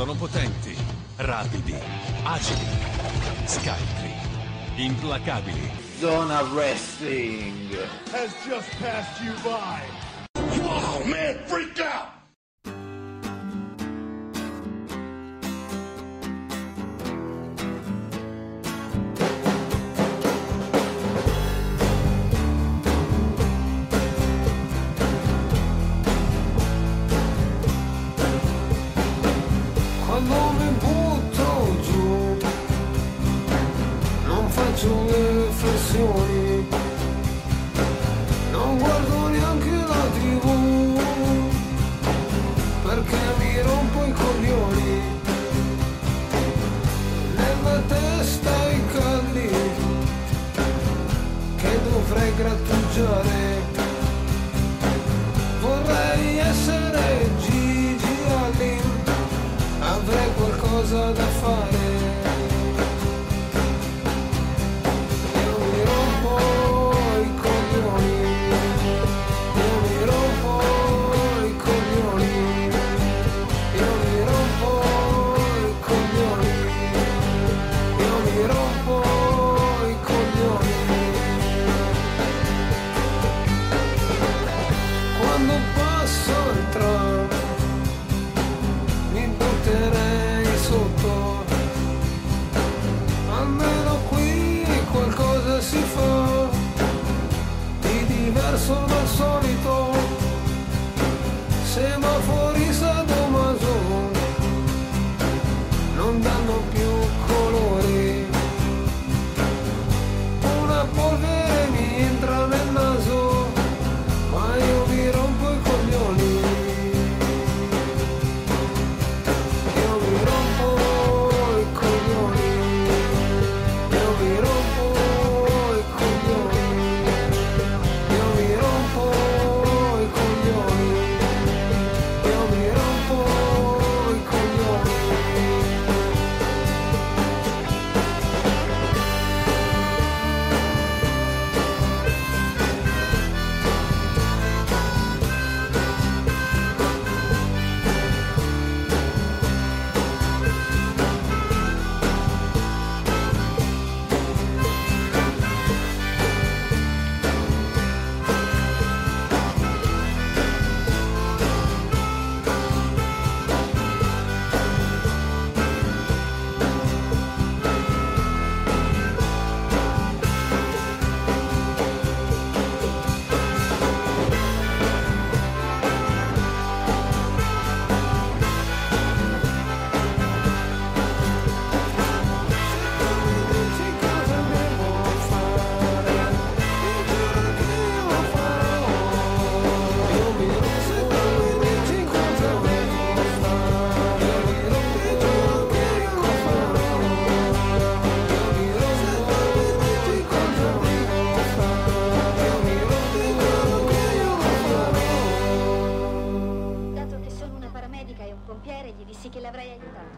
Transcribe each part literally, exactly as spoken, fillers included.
Sono potenti, rapidi, agili, scaltri, implacabili. Zona Wrestling has just passed you by. Wow, man, freak out! Quando mi butto giù non faccio le flessioni, non guardo neanche la tivù perché mi rompo i coglioni. Nella testa i calli che dovrei grattugiare. Vorrei essere Gigi Allin, avrei qualcosa da fare. Io mi rompo i coglioni, io mi rompo i coglioni, io mi rompo i coglioni, io mi rompo i coglioni. Quando passo il tram mi butterei sotto, almeno qui qualcosa si fa di diverso dal solito. Semafori sadomaso non danno più colori, una polvere mi entra nel naso ma io mi rompo i coglioni. Io mi rompo i coglioni, io mi rompo i coglioni, io mi rompo i coglioni, io mi rompo i coglioni. Dato che sono una paramedica e un pompiere, gli dissi che l'avrei aiutato.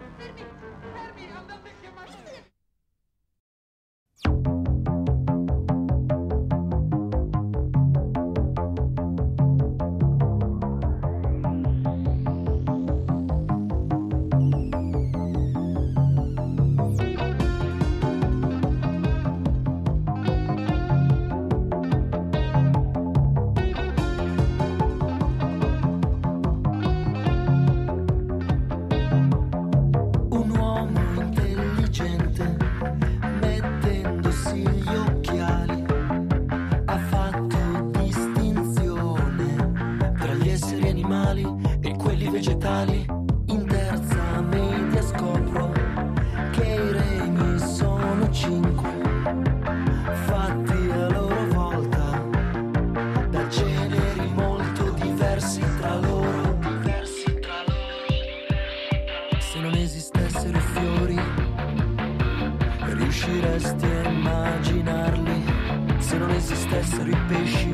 Un uomo intelligente, mettendosi gli occhiali, ha fatto distinzione tra gli esseri animali e quelli vegetali. In terza media scopro che i regni sono cinque, fatti a loro volta da generi molto diversi tra loro. Diversi tra loro. Se non esistessero i fiori, riusciresti a immaginarli. Se non esistessero i pesci,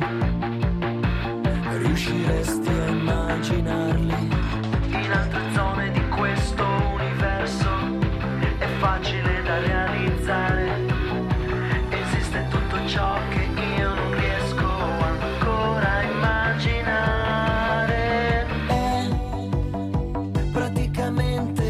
riusciresti a immaginarli. In altre zone di questo universo è facile da realizzare. Esiste tutto ciò che io non riesco ancora a immaginare. È praticamente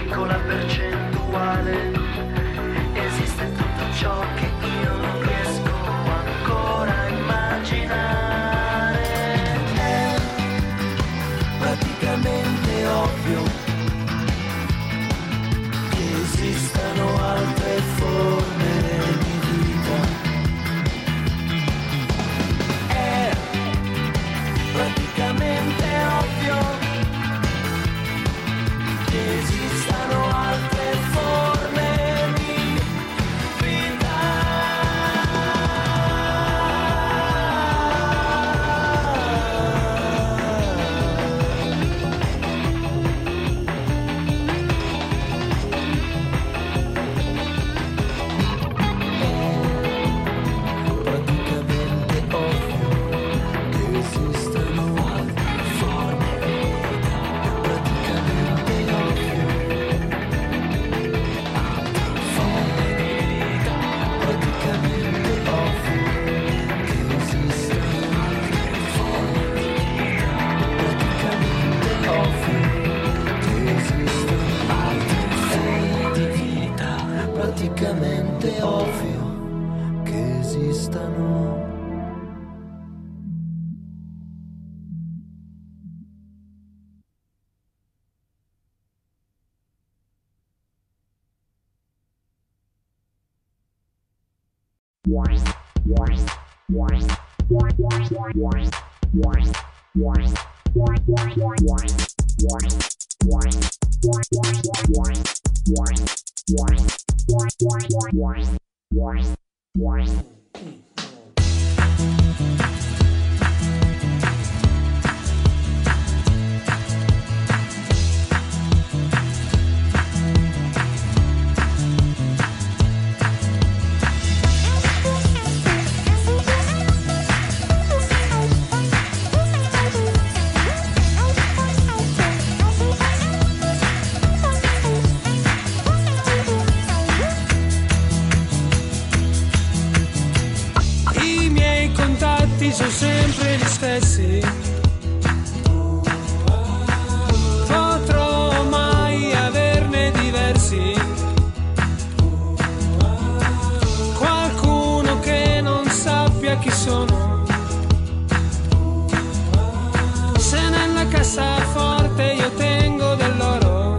piccola percentuale, esiste tutto ciò che io non riesco ancora a immaginare. È praticamente ovvio che esistano altre forme di vita. È praticamente ovvio che esistano altre forme di vita. Praticamente ovvio che esistano altre forme di vita. Praticamente ovvio altre forme di vita. Praticamente ovvio che esistano altre forme di vita. Praticamente ovvio che esistano altre forme di vita. Praticamente ovvio che esistano. I miei contatti sono sempre gli stessi. Potrò mai averne diversi? Qualcuno che non sappia chi sono. Se nella cassaforte io tengo dell'oro,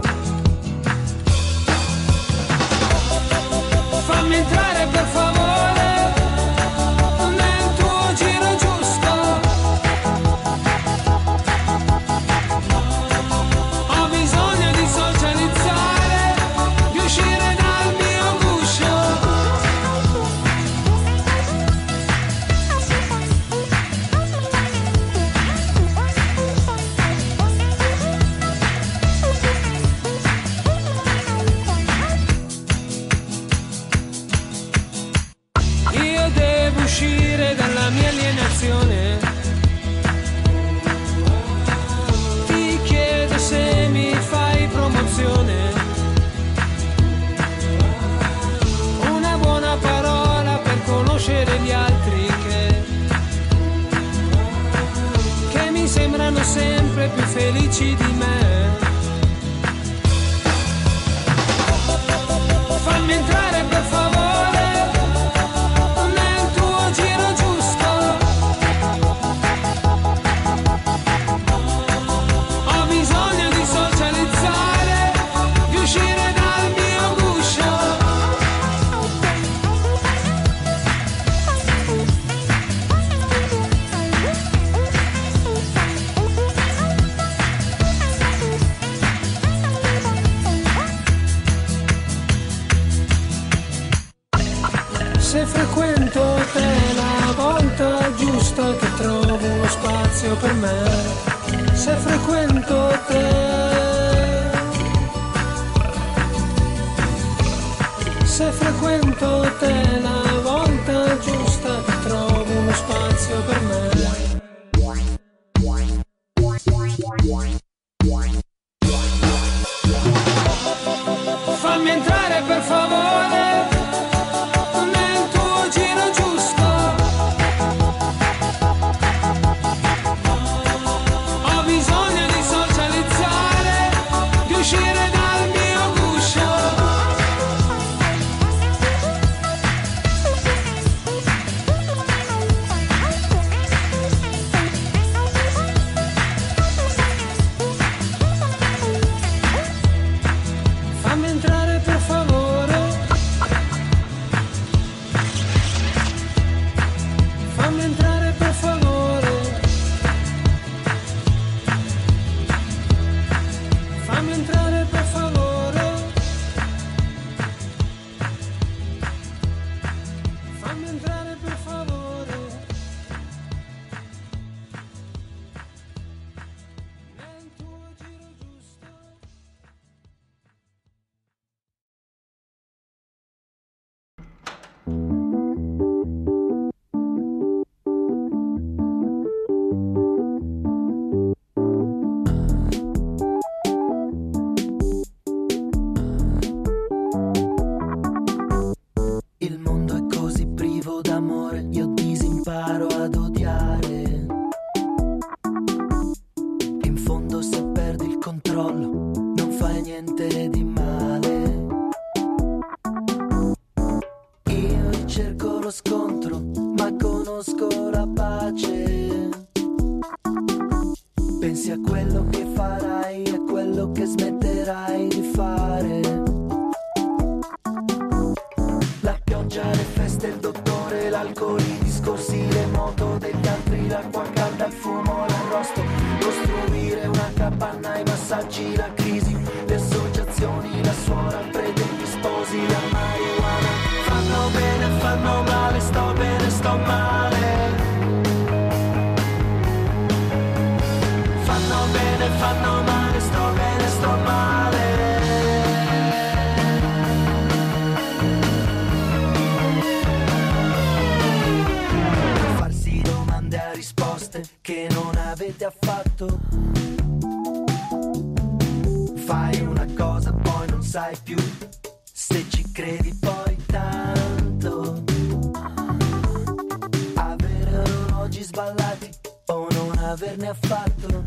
fammi entrare per favore nel tuo giro giusto. Ho bisogno di socializzare, di uscire dal mio guscio. Io devo uscire dalla mia alienazione. Ti chiedo se mi fai promozione. Una buona parola per conoscere gli altri che, che mi sembrano sempre più felici di me. Fammi entrare per favore nel tuo giro giusto. Ho bisogno di socializzare, di uscire dal mio guscio. Se frequento te la volta giusta che trovo uno spazio per me. Se frequento te, se frequento te la volta giusta che trovo uno spazio per me. Fammi entrare per favore nel tuo giro giusto. Ho bisogno di socializzare, di uscire dal mio guscio. fammi entrare per favore, fammi entrare per favore, fammi entrare per favore, fammi entrare per favore, nel tuo giro giusto. Il mondo è così privo d'amore, io disimparo ad odiare. In fondo se perdi il controllo non fai niente di male. Io ricerco lo scontro ma conosco la pace. Pensi a quello che farai, a quello che smetterai di fare. La pioggia, le feste, il dottore, l'alcol, i discorsi, le moto degli altri, l'acqua calda, il fumo, l'arrosto. Costruire una capanna, i massaggi, la crisi, le associazioni, la suora, il prete, gli sposi, la marijuana. Fanno bene, fanno male, sto bene, sto male. Fanno bene, fanno male, sto bene, sto male. Farsi domande a risposte che non avete affatto. Fai una cosa poi non sai più se ci credi poi tanto. Avere orologi sballati o non averne affatto.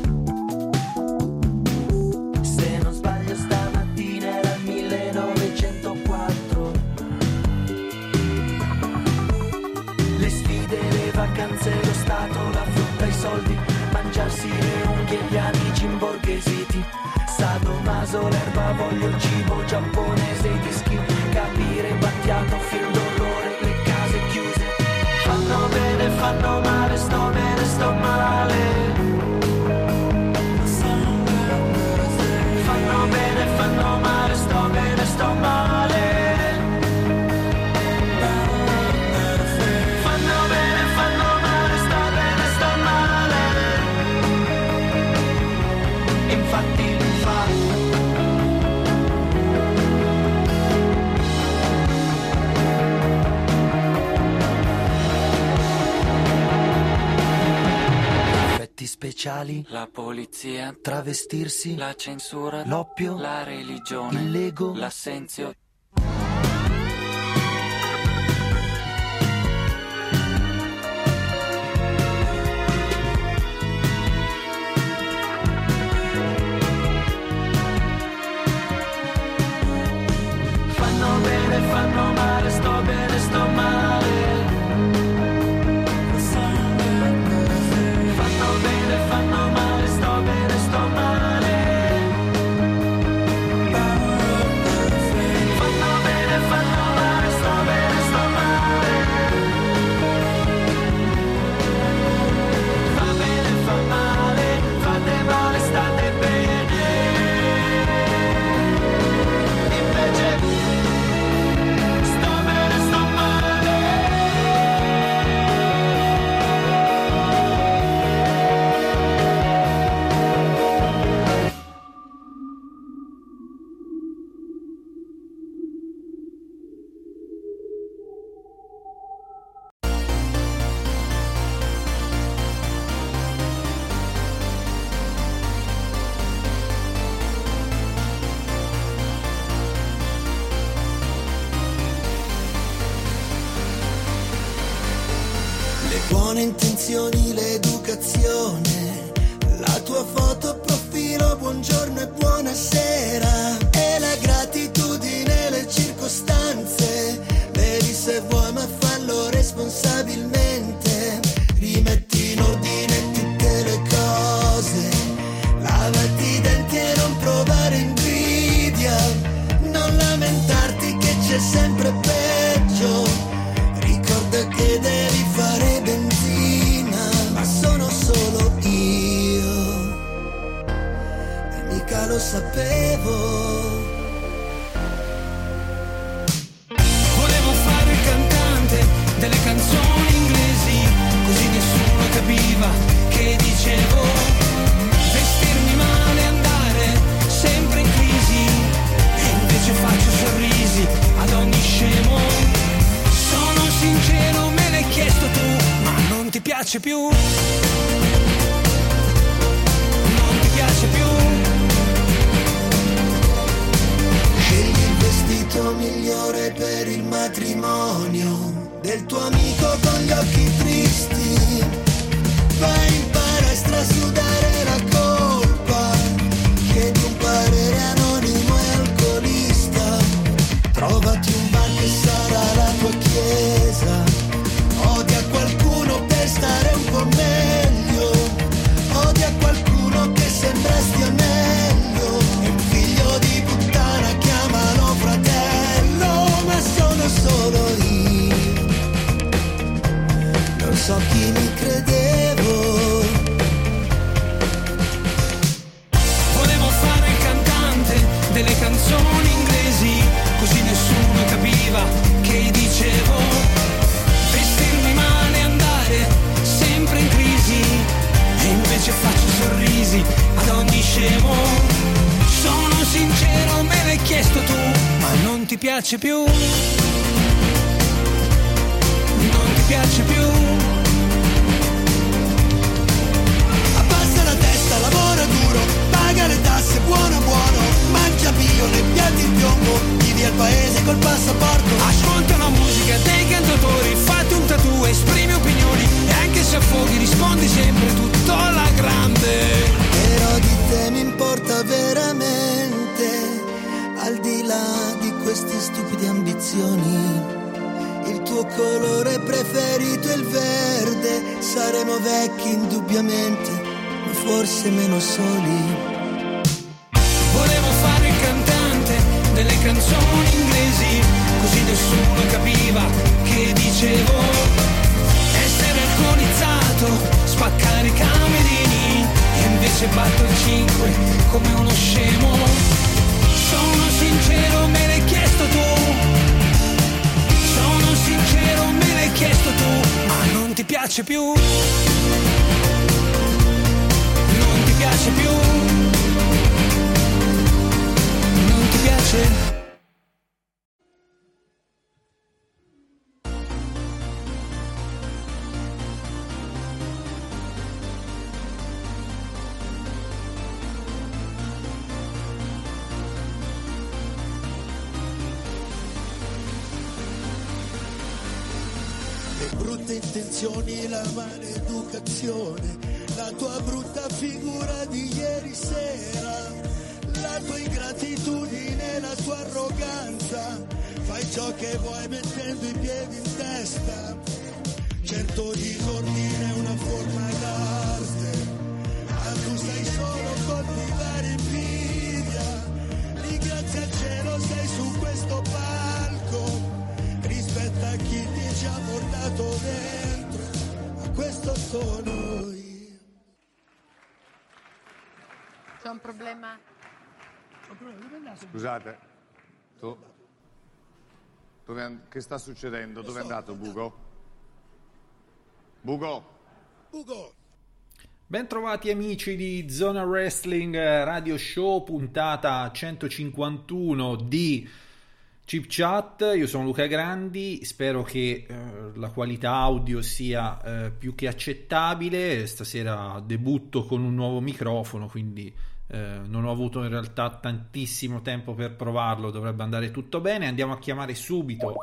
Se non sbaglio stamattina era il millenovecentoquattro. Le sfide, le vacanze, lo stato, la frutta, i soldi, mangiarsi le unghie, gli amici imborghesiti. Sadomaso, l'erba, voglio il cibo giapponese, i dischi, capire, Battiato, film d'orrore, le case chiuse. Fanno bene, fanno male, sto bene, sto male. Fanno bene, fanno male, sto bene, sto male. Fanno bene, fanno male, sto bene, sto male. Infatti li fa. Effetti speciali, La polizia, travestirsi, la censura, l'oppio, la religione, il lego, l'assenzio. Fanno bene, fanno male, sto bene, sto male. Fanno bene, fanno male, sto bene, sto male. Fanno bene, fanno male, sto bene, sto male. Fa bene, fa male, fate male, state bene. Invece sto bene, sto male. Le buone intenzioni, l'educazione, la tua foto profilo, buongiorno e buonasera, e la gratitudine, le circostanze, bevi se vuoi ma fallo responsabilmente, rimetti in ordine tutte le cose, lavati i denti e non provare invidia. è sempre peggio. Ricorda che devi fare benzina, ma sono solo io e mica lo sapevo. Volevo fare il cantante delle canzoni inglesi, così nessuno capiva che dicevo. Vestirmi male, andare sempre in crisi, e invece faccio sorrisi ad ogni scemo. Sono sincero, me l'hai chiesto tu, ma non ti piace più. Non ti piace più. Scegli il vestito migliore per il matrimonio del tuo amico con gli occhi tristi. Vai, impara a strasudare la colpa, chiedi un parere anonimo e alcolista. Trovati un bar che sarà la tua chiesa. Odia qualcuno per stare un po' meglio. Odia qualcuno che sembra stia meglio. È un figlio di puttana, chiamalo fratello, ma sono solo io. Non so chi mi credevo. Volevo fare il cantante delle canzoni inglesi, così nessuno capiva che dicevo. Vestirmi male, andare sempre in crisi, e invece faccio sorrisi ad ogni scemo. Sono sincero, me l'hai chiesto tu, ma non ti piace più. Non ti piace più. Abbassa la testa, lavora duro, paga le tasse, buono buono, mangia bio nei piatti in piombo, vivi al paese col passaporto. Ascolta la musica dei cantautori, fatti un tattoo, esprimi opinioni, e anche se affoghi rispondi sempre tutto alla grande. Però di te mi importa veramente, al di là di queste stupide ambizioni. Il tuo colore preferito è il verde, saremo vecchi indubbiamente, ma forse meno soli. Volevo fare il cantante delle canzoni inglesi, così nessuno capiva che dicevo. Essere alcolizzato, spaccare i camerini, e invece batto il cinque come uno scemo. Sono sincero, me l'hai chiesto tu. Sono sincero, me l'hai chiesto tu, ma non ti piace più. Non ti piace più. Non ti piace? Le brutte intenzioni, la maleducazione, la tua brutta figura di ieri sera, la tua ingratitudine, la tua arroganza. Fai ciò che vuoi mettendo i piedi in testa. Certo disordine è una forma d'arte, ma tu sai solo coltivare invidia. Di grazie al cielo sei su questo palco. Rispetta chi ti ci ha portato dentro, ma questo sono io. C'è un problema? Scusate, tu, dove and- che sta succedendo? Dove è andato Bugo? Bugo? Bugo! Bentrovati amici di Zona Wrestling Radio Show, puntata centocinquantuno di Chip Chat. Io sono Luca Grandi, spero che eh, la qualità audio sia eh, più che accettabile. Stasera debutto con un nuovo microfono, quindi eh, non ho avuto in realtà tantissimo tempo per provarlo, dovrebbe andare tutto bene. Andiamo a chiamare subito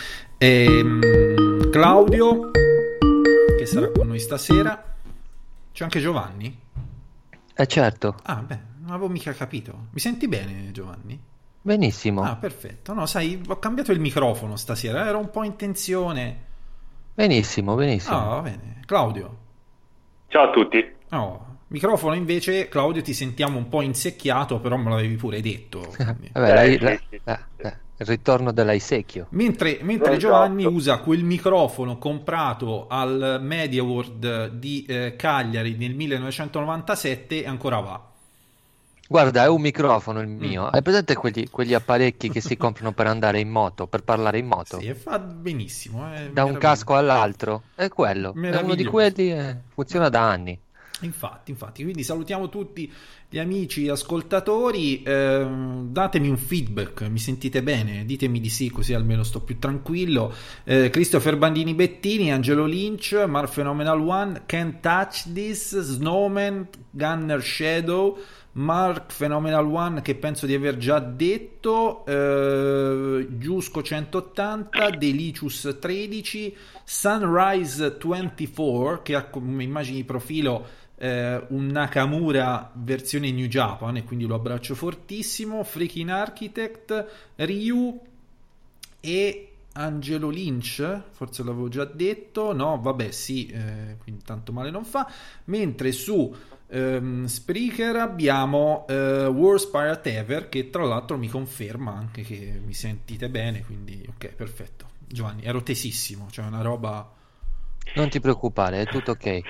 ehm, Claudio, che sarà con noi stasera. C'è anche Giovanni? Eh certo. Ah beh, non avevo mica capito. Mi senti bene, Giovanni? Benissimo. Ah, perfetto. No, sai, ho cambiato il microfono stasera, ero un po' in tensione. Benissimo, benissimo. Ah, va bene. Claudio. Ciao a tutti. Oh, microfono invece, Claudio, ti sentiamo un po' insecchiato, però me l'avevi pure detto. Vabbè, l'hai, l'hai, l'hai, il ritorno dell'Aisecchio. Mentre, mentre esatto. Giovanni usa quel microfono comprato al Media World di eh, Cagliari nel millenovecentonovantasette e ancora va. Guarda, è un microfono il mio. Mm. Hai presente quegli, quegli apparecchi che si comprano per andare in moto, per parlare in moto? Sì, e fa benissimo. Da un casco all'altro. È quello. È uno di quelli e funziona da anni. Infatti, infatti, quindi salutiamo tutti gli amici ascoltatori, eh, datemi un feedback, mi sentite bene? Ditemi di sì, così almeno sto più tranquillo. eh, Christopher Bandini Bettini, Angelo Lynch, Mark Phenomenal One, Can't Touch This, Snowman, Gunner Shadow, Mark Phenomenal One che penso di aver già detto, eh, Giusco centottanta, Delicious tredici, Sunrise ventiquattro che ha come immagine di profilo Eh, un Nakamura versione New Japan e quindi lo abbraccio fortissimo, Freaking Architect, Ryu e Angelo Lynch, forse l'avevo già detto, no vabbè sì, eh, quindi tanto male non fa. Mentre su ehm, Spreaker abbiamo eh, Worst Pirate Ever, che tra l'altro mi conferma anche che mi sentite bene, quindi ok, perfetto. Giovanni, ero tesissimo, cioè una roba... Non ti preoccupare, è tutto ok.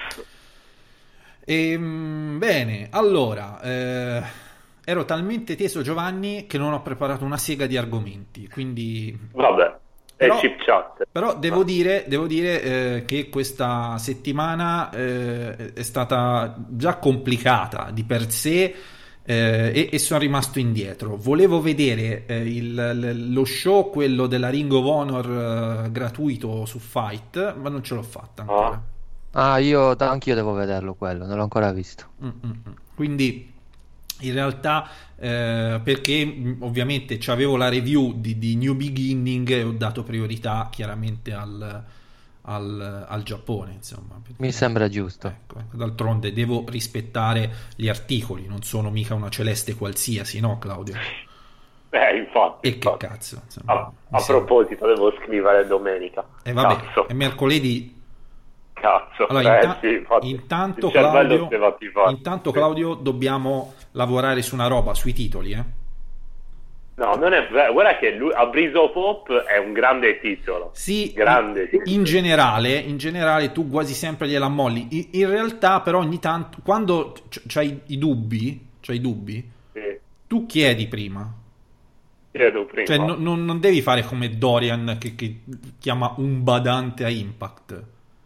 E, bene, allora eh, ero talmente teso, Giovanni, che non ho preparato una sega di argomenti, quindi vabbè, è però, chip chat. Però devo dire, devo dire eh, che questa settimana eh, è stata già complicata di per sé, eh, e, e sono rimasto indietro. Volevo vedere eh, il, lo show, quello della Ring of Honor eh, gratuito su Fight, ma non ce l'ho fatta ancora. Ah. Ah, io anch'io devo vederlo quello, non l'ho ancora visto. Mm-mm. Quindi in realtà eh, perché ovviamente c'avevo la review di, di New Beginning e ho dato priorità chiaramente al, al, al Giappone, insomma. Perché, mi sembra giusto. Ecco, d'altronde devo rispettare gli articoli, non sono mica una celeste qualsiasi, no Claudio? Eh, infatti. E infatti. che cazzo, insomma, a, a proposito, devo scrivere domenica. E eh, vabbè, cazzo. è mercoledì. Cazzo, allora, eh, inta- sì, infatti, intanto, Claudio, intanto sì. Claudio dobbiamo lavorare su una roba, sui titoli, eh? No, non è vero, guarda che lui, a Briso Pop è un grande titolo. Sì, grande in, titolo. in generale, in generale tu quasi sempre gliela ammolli. In, in realtà però ogni tanto, quando c- c'hai i dubbi, c'hai i dubbi, sì. tu chiedi prima. Chiedo prima. Cioè no, non, non devi fare come Dorian che, che chiama un badante a Impact.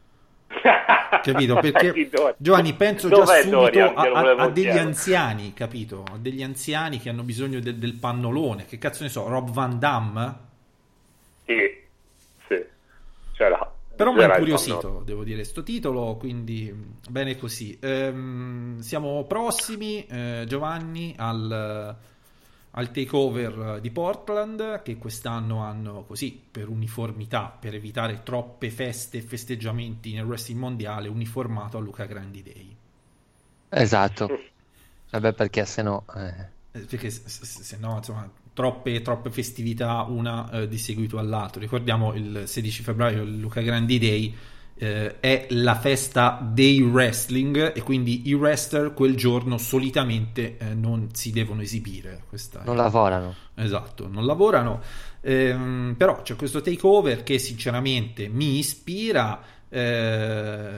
Capito? Perché Giovanni, penso già Dov'è subito Dorian, a, a, a degli chiedere. anziani, capito? A degli anziani che hanno bisogno de, del pannolone. Che cazzo ne so, Rob Van Damme? Sì, sì, c'era. Però mi ha incuriosito, devo dire, sto titolo, quindi bene così. Ehm, siamo prossimi, eh, Giovanni, al... al takeover di Portland, che quest'anno hanno così, per uniformità, per evitare troppe feste e festeggiamenti nel wrestling mondiale, uniformato a Luca Grandi Day. Esatto. Vabbè, perché se no eh. perché se, se, se no insomma troppe, troppe festività una eh, di seguito all'altro. Ricordiamo il sedici febbraio il Luca Grandi Day, eh, è la festa dei wrestling e quindi i wrestler quel giorno solitamente eh, non si devono esibire. Questa non è... lavorano. Esatto, non lavorano. Ehm, però c'è questo takeover che sinceramente mi ispira. Eh,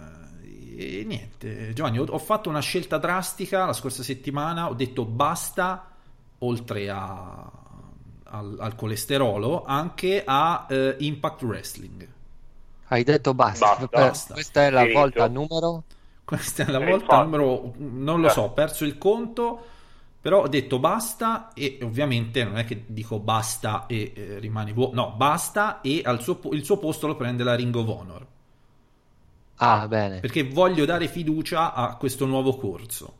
e niente, Giovanni, ho, ho fatto una scelta drastica la scorsa settimana. Ho detto basta, oltre a, al, al colesterolo, anche a eh, Impact Wrestling. Hai detto basta, basta, basta. Questa è la Finito. volta numero? Questa è la eh, volta infatti. numero, non lo so, ho perso il conto, però ho detto basta e ovviamente non è che dico basta e eh, rimane vuoto, no, basta e al suo, il suo posto lo prende la Ring of Honor. Ah, bene. Perché voglio dare fiducia a questo nuovo corso.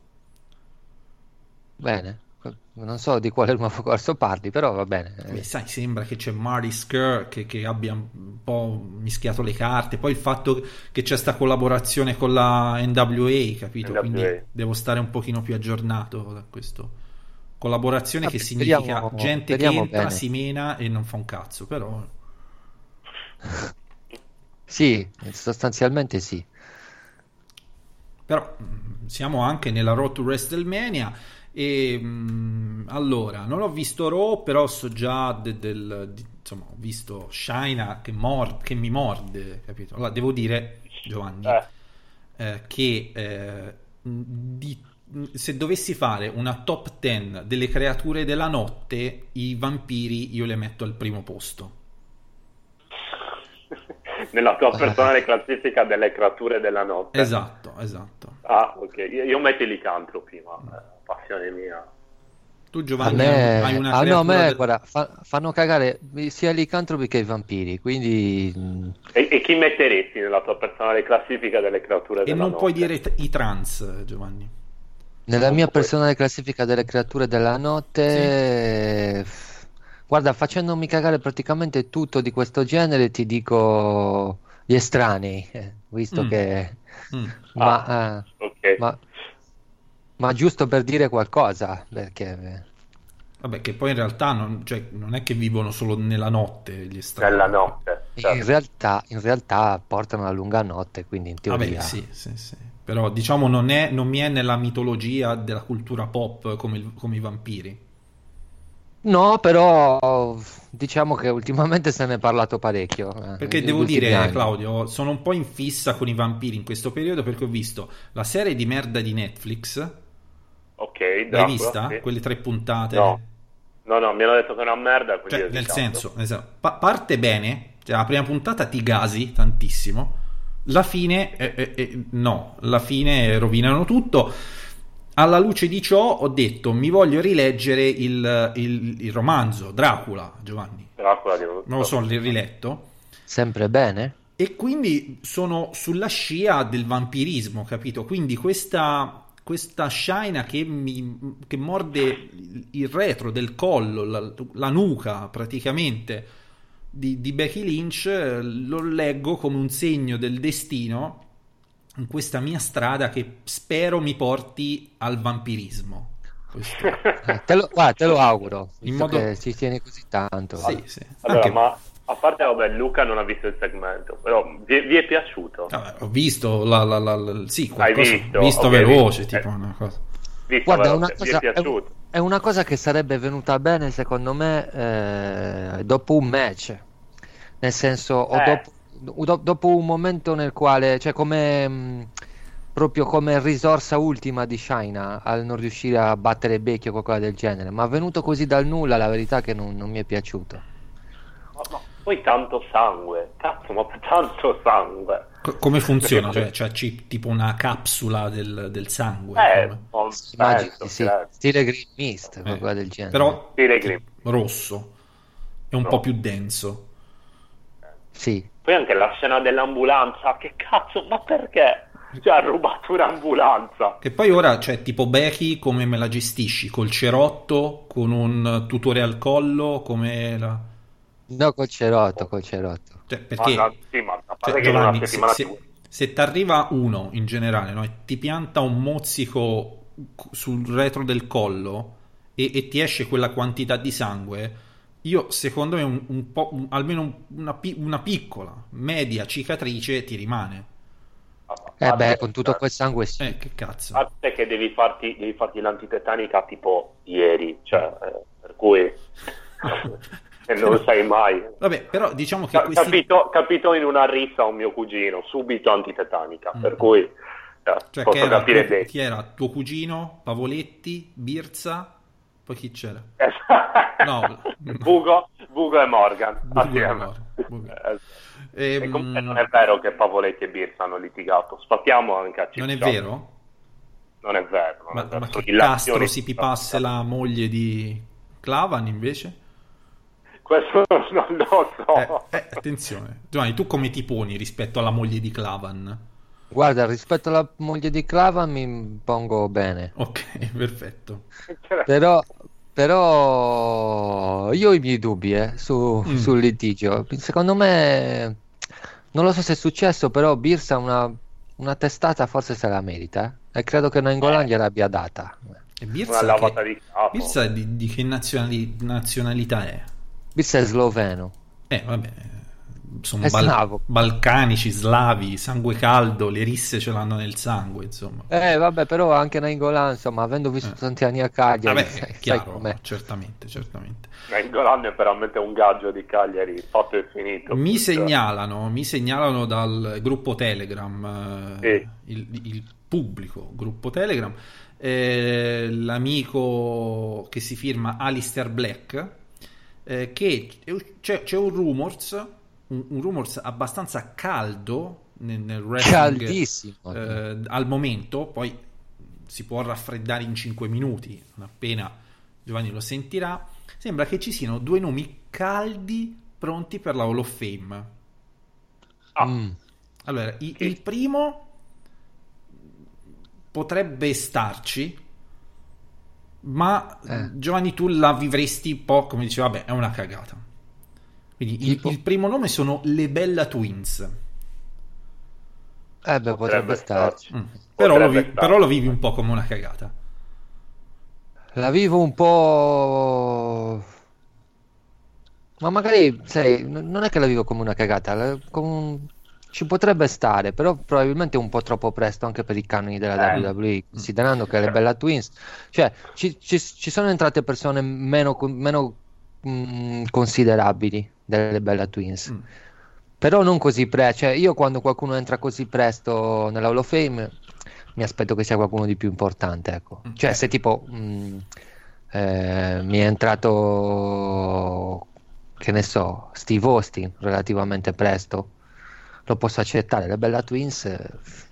Bene. Non so di quale nuovo corso parli, però va bene. Beh, sai, sembra che c'è Marty Scurll che, che abbia un po' mischiato le carte. Poi il fatto che c'è sta collaborazione con la N W A, capito? N W A. Quindi devo stare un pochino più aggiornato da questo. Collaborazione Vabbè, che significa speriamo, gente che speriamo entra, bene. si mena e non fa un cazzo, però... Sì, sostanzialmente sì. Però siamo anche nella Road to WrestleMania E mh, allora, non ho visto Raw, però so già de- del, di- insomma, ho visto Shaina che, mor- che mi morde, capito? Allora, devo dire, Giovanni, Eh. eh, che eh, di- se dovessi fare una top dieci delle creature della notte, i vampiri io le metto al primo posto. Nella tua personale classifica delle creature della notte. Esatto, esatto. Ah, ok. Io, io metto i licantropi, ma eh, passione mia. Tu A Giovanni me, hai una ah, no, a me creatura guarda, fa- fanno cagare sia i licantropi che i vampiri, quindi mm, E, e chi metteresti nella tua personale classifica delle creature e della non notte? puoi dire t- i trans, Giovanni. nella mia personale classifica delle creature della notte, eh, guarda, facendomi cagare praticamente tutto di questo genere, ti dico gli estranei, eh, visto Mm. che Mm. ma, eh, Ok. ma, ma giusto per dire qualcosa, perché eh, Vabbè, che poi in realtà non, cioè, non è che vivono solo nella notte gli estranei. Nella notte. in certo. realtà, in realtà portano la lunga notte, quindi in Vabbè, teoria sì, sì, sì. Però diciamo non è, non mi è nella mitologia della cultura pop come, il- come i vampiri. no, però diciamo che ultimamente se ne è parlato parecchio, eh, Perché negli devo ultimi dire, anni. Claudio, sono un po' in fissa con i vampiri in questo periodo perché ho visto la serie di merda di Netflix. Ok, L'hai Dracula, vista? sì. Quelle tre puntate? No. No, no, mi hanno detto che è una merda. quindi Cioè, ho nel evitato. senso, esatto, pa- parte bene, cioè la prima puntata ti gasi tantissimo, la fine, eh, eh, eh, no, la fine rovinano tutto. Alla luce di ciò ho detto, mi voglio rileggere il, il- il romanzo Dracula, Giovanni, Dracula di non lo so, l'ho riletto. Sempre bene? E quindi sono sulla scia del vampirismo, capito? Quindi questa, questa Shaina che, mi, che morde il retro del collo, la, la nuca praticamente di, di Becky Lynch, eh, lo leggo come un segno del destino in questa mia strada che spero mi porti al vampirismo. Questo. Eh, te lo, guarda, te lo auguro, In visto modo- che ci tieni così tanto. Sì, sì. Allora, Anche- ma a parte, vabbè, Luca non ha visto il segmento, però vi, vi è piaciuto? Vabbè, ho visto la, la, la, la- sì, Hai qualcosa, visto? visto Ok, veloce, visto. tipo una cosa. Visto, Guarda, però, una vi cosa, è piaciuto? è, è una cosa che sarebbe venuta bene secondo me eh, dopo un match, nel senso, o Eh. dopo, do- dopo un momento nel quale, cioè come mh, proprio come risorsa ultima di Shaina al non riuscire a battere Becky o qualcosa del genere, ma venuto così dal nulla, la verità che non, non mi è piaciuto. Ma, ma poi tanto sangue, cazzo, ma tanto sangue. Co- come funziona? Cioè, cioè ci- tipo una capsula del, del sangue? Eh, come- non Immagini, penso, sì, certo. stile Green Mist, Eh, qualcosa del genere. Però Stile Green. rosso è un No. po' più denso. Sì. Poi anche la scena dell'ambulanza, che cazzo, ma perché? Cioè, ha rubato un'ambulanza. E poi ora c'è tipo Becky, come me la gestisci? Col cerotto, con un tutore al collo, come la... No, col cerotto, col cerotto. Cioè, perché... Ma no, sì, ma a parte Cioè, che in una Giovanni, se, settimana se, ti- se ti arriva uno in generale, no, e ti pianta un mozzico sul retro del collo e, e ti esce quella quantità di sangue, io secondo me un, un po', un- almeno un- una, pi- una piccola, media cicatrice ti rimane. Eh beh, con tutto quel sangue sì. Eh, che cazzo. A te che devi farti, devi farti l'antitetanica tipo ieri, cioè, eh, per cui e non lo sai mai. Vabbè, però diciamo che Ca- questi... capito, capito in una rissa a un mio cugino, subito antitetanica, per cui eh, Cioè, posso che era capire tuo- te. chi era? Tuo cugino, Pavoletti, Birza, poi chi c'era? No, Bugo, Bugo e Morgan Bugo e assieme. Morgan, Bugo. Eh, Ehm, e comunque non è vero che Pavoletti e Birsa hanno litigato, spattiamo anche a non è Ciccio. vero? Non è vero. Non Ma, è vero. ma che Sono illazioni. Castro si pipasse la moglie di Clavan invece? Questo non lo so. Eh, eh, attenzione, Giovanni, tu come ti poni rispetto alla moglie di Clavan? Guarda, rispetto alla moglie di Clavan mi pongo bene. Ok, perfetto. Però, però io ho i miei dubbi eh, su- Mm. sul litigio. Secondo me, non lo so se è successo, però Birsa una, una testata forse se la merita. eh. E credo che Nainggolan gliel'abbia data. E Una Birsa, lavata che, di capo. Birsa di, di che nazionali- nazionalità è? Birsa è sloveno. Eh, vabbè, sono bal- balcanici, slavi, sangue caldo, le risse ce l'hanno nel sangue, insomma. Eh vabbè, però anche Nainggolan, insomma, avendo vissuto eh. tanti anni a Cagliari, vabbè, sai, chiaro, sai com'è. certamente, certamente. Nainggolan è veramente un gaggio di Cagliari, fatto e finito. Mi segnalano, mi segnalano dal gruppo Telegram, sì. eh, il, il pubblico gruppo Telegram, eh, l'amico che si firma Alistair Black, eh, che c'è, c'è un rumors, un, un rumors abbastanza caldo nel, nel wrestling, caldissimo eh, al momento, poi si può raffreddare in cinque minuti, non appena Giovanni lo sentirà. Sembra che ci siano due nomi caldi pronti per la Hall of Fame. Ah. Mm. Allora, i, il primo potrebbe starci, ma eh. Giovanni, tu la vivresti un po' come diceva, vabbè, è una cagata. Quindi il, il primo nome sono le Bella Twins. Eh beh, potrebbe, potrebbe starci. Mm. Però, lo vi- però lo vivi un po' come una cagata. La vivo un po', ma magari, sai, non è che la vivo come una cagata, la- come un- ci potrebbe stare, però probabilmente è un po' troppo presto anche per i canoni della Eh. W W E, considerando che le Bella Twins, cioè ci, ci- ci sono entrate persone meno, con- meno mm, considerabili delle Bella Twins, Mm. però non così presto. Cioè, io quando qualcuno entra così presto nella Hall of Fame mi aspetto che sia qualcuno di più importante, ecco. Mm. Cioè, se tipo mh, eh, mi è entrato, che ne so, Steve Austin relativamente presto, lo posso accettare. Le Bella Twins eh,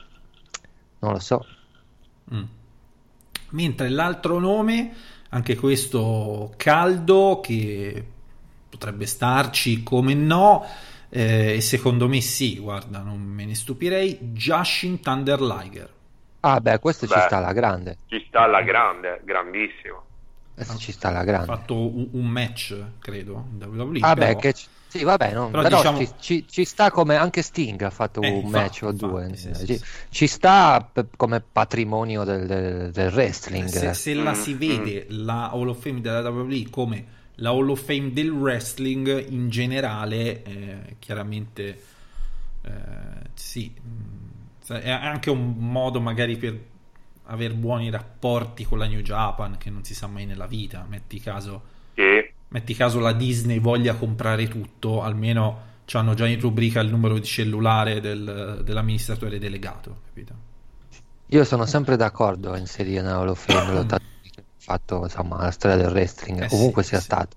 non lo so. Mm. Mentre l'altro nome, anche questo caldo, che potrebbe starci, come no, eh, e secondo me sì, guarda, non me ne stupirei, Jushin Thunder Liger. Ah beh, questo Beh, ci sta alla grande. Ci sta alla grande, grandissimo. Questo ci sta alla Ha grande. fatto un, un match, credo, in W W E. Ah però- beh, che c- sì, vabbè, no, però però, diciamo- ci, ci- ci sta, come anche Sting ha fatto Eh, un infatti, match o infatti, due. sì, sì, ci, sì. ci sta p- come patrimonio del, del- del wrestling. se, se la Mm, si vede la Hall of Fame della W W E come la Hall of Fame del wrestling in generale, eh, chiaramente eh, sì, mm, è anche un modo magari per avere buoni rapporti con la New Japan, che non si sa mai nella vita. Metti caso, Sì. metti caso la Disney voglia comprare tutto, almeno c'hanno già in rubrica il numero di cellulare del, dell'amministratore delegato, capito? Io sono sempre d'accordo a inserire nella Hall of Fame lottatori che hanno fatto, insomma, la storia del wrestling, Eh ovunque sì, sia sì. stato.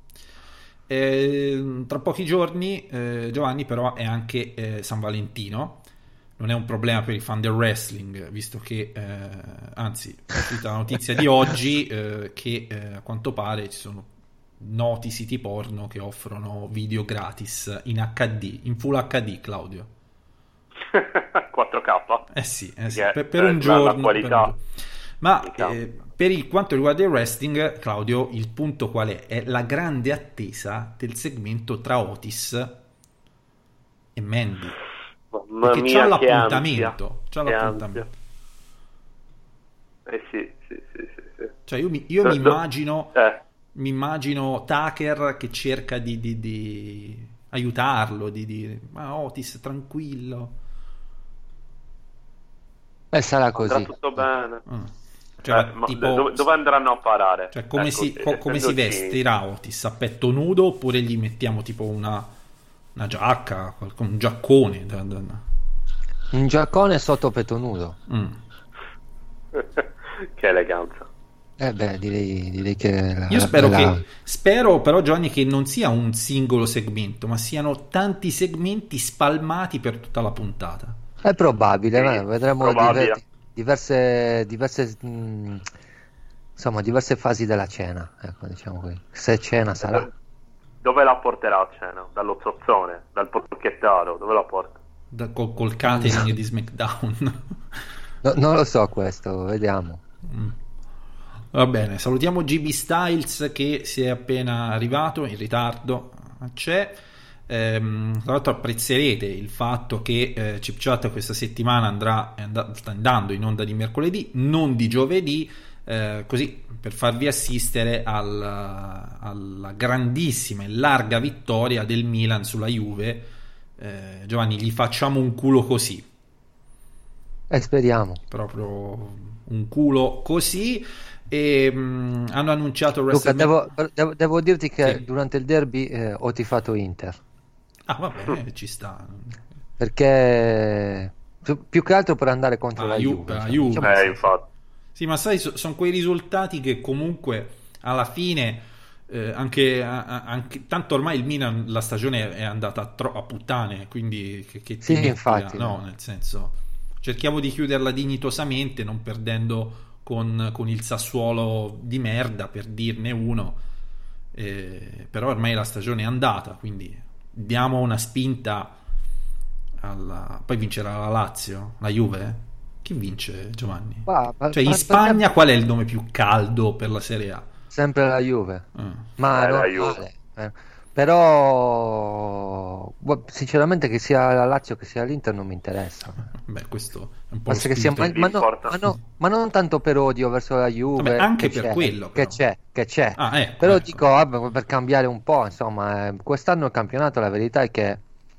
Eh, tra pochi giorni, eh, Giovanni, però è anche eh, San Valentino. Non è un problema per i fan del wrestling, visto che, eh, anzi, è uscita la notizia di oggi eh, che eh, a quanto pare ci sono noti siti porno che offrono video gratis in acca di, in full acca di, Claudio. quattro K. Eh sì, eh sì, Che è- per, per un la- giorno. la per un qualità. giorno. Ma Diciamo. eh, per il quanto riguarda il wrestling, Claudio, il punto qual è? È la grande attesa del segmento tra Otis e Mandy. Mamma Perché mia, c'ha che l'appuntamento, ansia, c'ha che l'appuntamento. ansia. Eh sì, sì, sì, sì, sì. Cioè io mi, io Eh, mi do- immagino Eh, mi immagino Tucker che cerca di, di- di aiutarlo, di dire ma Otis tranquillo. Beh, sarà andrà così. tutto bene. Mm. Cioè, Eh, ma tipo- dove, dove andranno a parare? Cioè, come Ecco, si, co- come si essendoci- vestirà Otis? A petto nudo oppure gli mettiamo tipo una, una giacca, qualco- un giaccone? da- da- da- Un giaccone sotto petto nudo. Mm. Che eleganza. Eh beh, direi, direi che la- Io spero la- che spero però, Giovanni, che non sia un singolo segmento, ma siano tanti segmenti spalmati per tutta la puntata. È probabile, Sì, ma vedremo probabile. diver- diverse, diverse, mh, insomma, diverse fasi della cena. Ecco, diciamo così. Se cena sarà. Dove la porterà a cena? Dallo zozzone? Dal porchettaro? Dove la porta? Da- col, col catering di SmackDown. No, non lo so questo, vediamo. Mm. Va bene, salutiamo G B Styles che si è appena arrivato in ritardo, c'è. Ehm, tra l'altro apprezzerete il fatto che eh, Chip Chat questa settimana andrà, è and- sta andando in onda di mercoledì, non di giovedì, eh, così per farvi assistere al- alla grandissima e larga vittoria del Milan sulla Juve, eh, Giovanni, gli facciamo un culo così. E eh, speriamo. Proprio un culo così. E mh, hanno annunciato Luca, devo, devo, devo dirti che sì. durante il derby eh, ho tifato Inter. Ah, vabbè, ci sta. Perché più che altro per andare contro ah, la Juve. La Juve. Juve. Eh, infatti. Sì, ma sai, so, sono quei risultati che comunque alla fine eh, anche, a, anche tanto ormai il Milan la stagione è andata a, tro- a puttane, quindi che, che sì, metti, infatti, no, nel senso cerchiamo di chiuderla dignitosamente, non perdendo con, con il Sassuolo di merda, per dirne uno, eh, però ormai la stagione è andata, quindi diamo una spinta alla... poi vincerà la Lazio, la Juve. Chi vince, Giovanni? Ma, ma, cioè in ma, Spagna ma... qual è il nome più caldo per la Serie A? Sempre la Juve. Mm. Ma eh, non la Juve. Eh. Però sinceramente che sia la Lazio che sia l'Inter non mi interessa. Beh, questo è un po' che sia, ma, ma, no, ma, no, ma non tanto per odio verso la Juve. Vabbè, anche che per c'è, quello che c'è, che c'è. Ah, ecco, però ecco. dico vabbè, per cambiare un po', insomma, eh, quest'anno il campionato la verità è che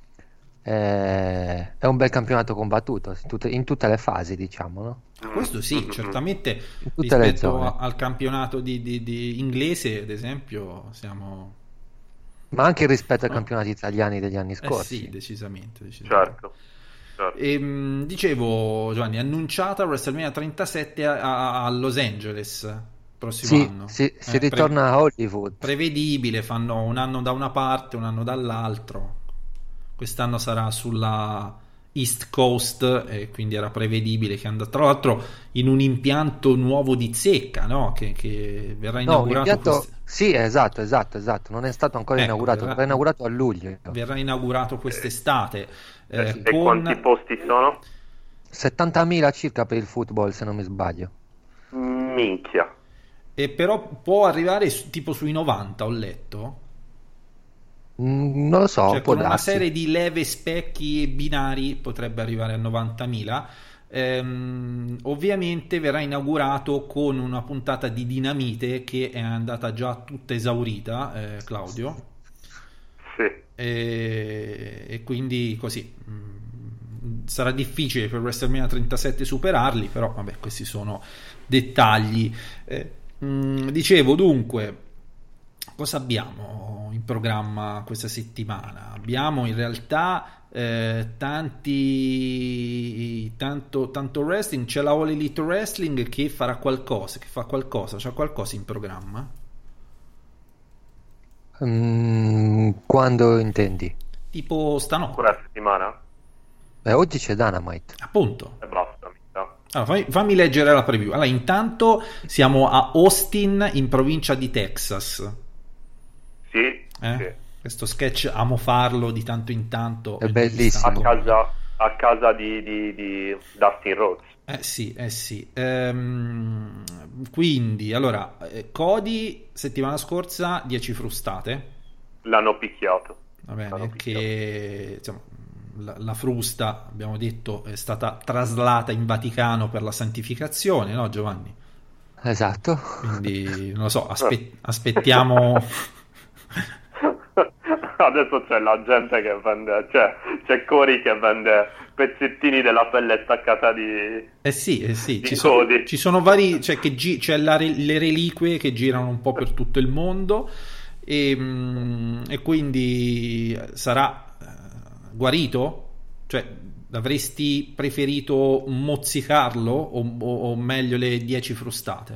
eh, è un bel campionato combattuto in tutte, in tutte le fasi, diciamo, no? Questo sì, certamente tutte rispetto a, al campionato di, di, di inglese, ad esempio, siamo... Ma anche rispetto ai campionati italiani degli anni scorsi. Eh sì, decisamente. decisamente. Certo. certo. E, mh, dicevo, Giovanni, annunciata WrestleMania trentasette a, a, a Los Angeles prossimo sì, anno. Sì, eh, si ritorna pre- a Hollywood. Prevedibile, fanno un anno da una parte, un anno dall'altro. Quest'anno sarà sulla East Coast e quindi era prevedibile che andrà, tra l'altro in un impianto nuovo di zecca, no? Che, che verrà inaugurato. No, impianto... quest... Sì, esatto, esatto, esatto. Non è stato ancora ecco, inaugurato, verrà... verrà inaugurato a luglio. Verrà inaugurato quest'estate. Eh, e con... quanti posti sono? settantamila circa per il football, se non mi sbaglio. Minchia. E però può arrivare su, tipo sui novanta, ho letto. Mm, non lo so, cioè, può con darsi. una serie di leve, specchi e binari potrebbe arrivare a novantamila. Ehm, ovviamente verrà inaugurato con una puntata di Dinamite che è andata già tutta esaurita, eh, Claudio. Sì. E, e quindi così mh, sarà difficile per WrestleMania trentasette superarli, però vabbè, questi sono dettagli. Eh, mh, dicevo dunque, cosa abbiamo in programma questa settimana? Abbiamo in realtà eh, tanti tanto, tanto wrestling. C'è la All Elite Wrestling che farà qualcosa, che fa qualcosa, c'è qualcosa in programma? Mm, quando intendi? Tipo stanotte. Quella settimana? Beh, oggi c'è Dynamite. Appunto. E basta, mi sa. Allora, fammi, fammi leggere la preview. Allora, intanto siamo a Austin, in provincia di Texas. Sì, eh? sì. Questo sketch amo farlo di tanto in tanto. È bellissimo. A casa, a casa di, di, di Dustin Rhodes. Eh sì, eh sì. Ehm, quindi, allora, Cody settimana scorsa dieci frustate. L'hanno picchiato. Va bene, L'hanno che insomma, la, la frusta, abbiamo detto, è stata traslata in Vaticano per la santificazione, no Giovanni? Esatto. Quindi, non lo so, aspe- aspettiamo... Adesso c'è la gente che vende, cioè c'è Cori che vende pezzettini della pelle staccata di eh sì, eh sì, di ci, so, Cody. ci sono vari, cioè che gi- c'è la re- le reliquie che girano un po' per tutto il mondo e, mh, e quindi sarà uh, guarito? Cioè avresti preferito mozzicarlo o, o, o meglio le dieci frustate?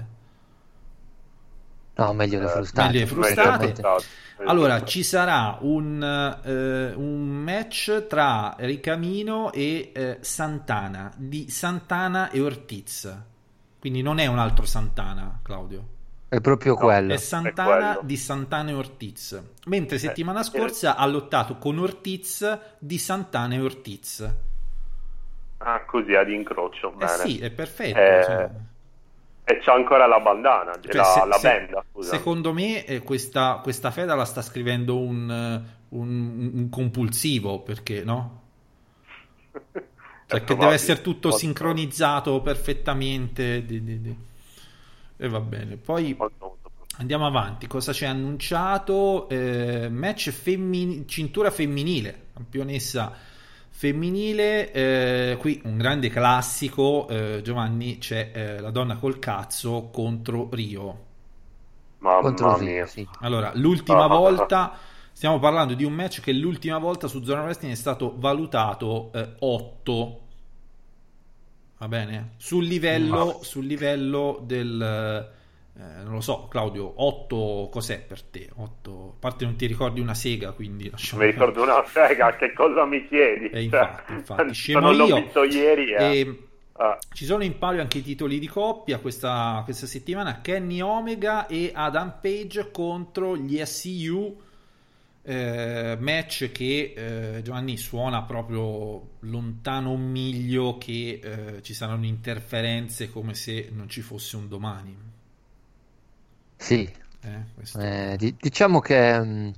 No, meglio le frustate. Meglio le frustate. frustate. Allora, ci sarà un, eh, un match tra Ricamino e eh, Santana, di Santana e Ortiz. Quindi non è un altro Santana, Claudio. È proprio no, quello. È Santana è quello. di Santana e Ortiz. Mentre settimana eh, scorsa eh. ha lottato con Ortiz di Santana e Ortiz. Ah, così ad incrocio. Eh bene. sì, è perfetto. Eh... Cioè... E c'è ancora la bandana, Cioè, la, se, la se, benda, scusa. Secondo me eh, questa, questa feda la sta scrivendo un, un, un compulsivo, perché no? Cioè che deve essere tutto sincronizzato perfettamente. Di, di, di. E va bene. Poi andiamo avanti. Cosa c'è annunciato? Eh, match femmin- cintura femminile. campionessa femminile. Eh, qui un grande classico, eh, Giovanni, c'è eh, la donna col cazzo contro Rio. Mamma Contro mia. Rio, sì. Allora, l'ultima Ah. volta, stiamo parlando di un match che l'ultima volta su Zona Wrestling è stato valutato eh, otto, va bene? Sul livello, sul livello del... Eh, non lo so, Claudio, otto cos'è per te? otto, a parte non ti ricordi una sega, quindi lasciamo Mi ricordo una sega, che cosa mi chiedi? E infatti, infatti, Se scemo non l'ho io. visto ieri. eh. E Ah. ci sono in palio anche i titoli di coppia questa, questa settimana. Kenny Omega e Adam Page contro gli S C U, eh, match che eh, Giovanni suona proprio lontano un miglio che eh, ci saranno interferenze come se non ci fosse un domani. Sì, Eh, questo- eh, di- diciamo che mh,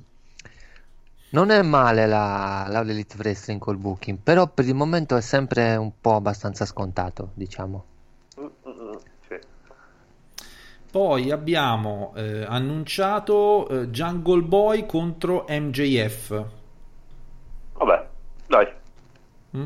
non è male la, la Elite Wrestling col booking, però per il momento è sempre un po' abbastanza scontato, diciamo. Mm, mm, mm, sì. Poi abbiamo eh, annunciato eh, Jungle Boy contro M J F. Vabbè, dai. Mm.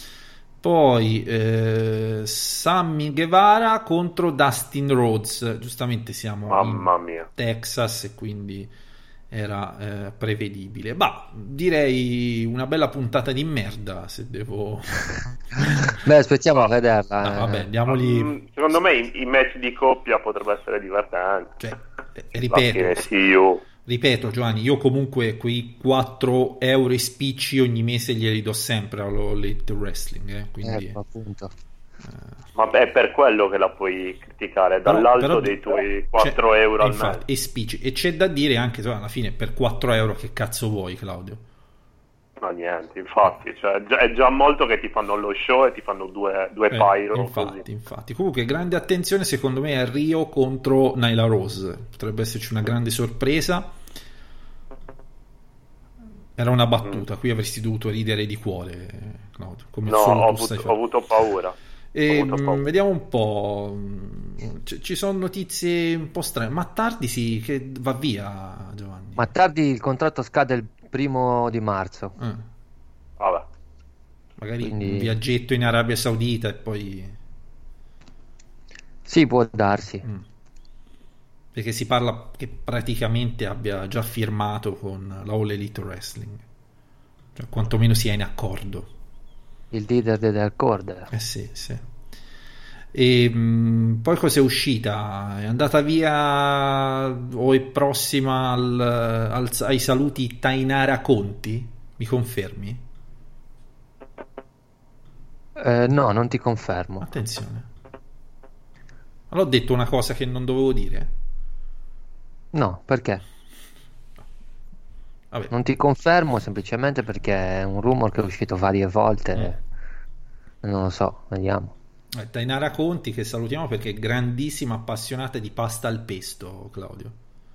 Poi eh, Sammy Guevara contro Dustin Rhodes. Giustamente siamo Mamma in mia. Texas e quindi era eh, prevedibile. Bah, direi una bella puntata di merda, se devo... Beh, aspettiamo a vederla. No, eh. vabbè, diamogli... Mm, Secondo me i, i match di coppia potrebbe essere divertenti. Cioè, eh, Alla ripeto, fine sì, io. ripeto Giovanni, io comunque quei quattro euro e spicci ogni mese glieli do sempre allo Elite Wrestling, eh, quindi... Ecco, appunto. Ma è per quello che la puoi criticare, Però- dall'alto però- dei tuoi c'è- quattro euro al infatti, mese. e spicci. E c'è da dire anche, insomma, alla fine per quattro euro che cazzo vuoi, Claudio? No, niente, infatti, cioè, già- è già molto che ti fanno lo show e ti fanno due, due Eh, pyro, infatti, così. infatti. Comunque, grande attenzione secondo me a Rio contro Nyla Rose. Potrebbe esserci una grande sorpresa. Era una battuta, qui avresti dovuto ridere di cuore, Claudio, come No, solo ho tu stai avuto, ho facendo. avuto paura. E, Ho avuto mh, paura. vediamo un po'. C- ci sono notizie un po' strane. Ma tardi sì, che va via, Giovanni. Ma tardi il contratto scade il primo di marzo. Eh, Vabbè. magari Quindi- un viaggetto in Arabia Saudita e poi. Sì, può darsi. Mm. Perché si parla che praticamente abbia già firmato con la All Elite Wrestling. Cioè, quantomeno sia in accordo. Il leader del Cord. Eh sì, sì. E mh, poi cosa è uscita? È andata via o è prossima al- al- ai saluti Tainara Conti? Mi confermi? Eh, no, non ti confermo. Attenzione. Allora ho detto una cosa che non dovevo dire? No, perché? Vabbè. Non ti confermo semplicemente perché è un rumor che è uscito varie volte. Non lo so, vediamo. Eh, Tainara Conti, che salutiamo perché è grandissima appassionata di pasta al pesto, Claudio.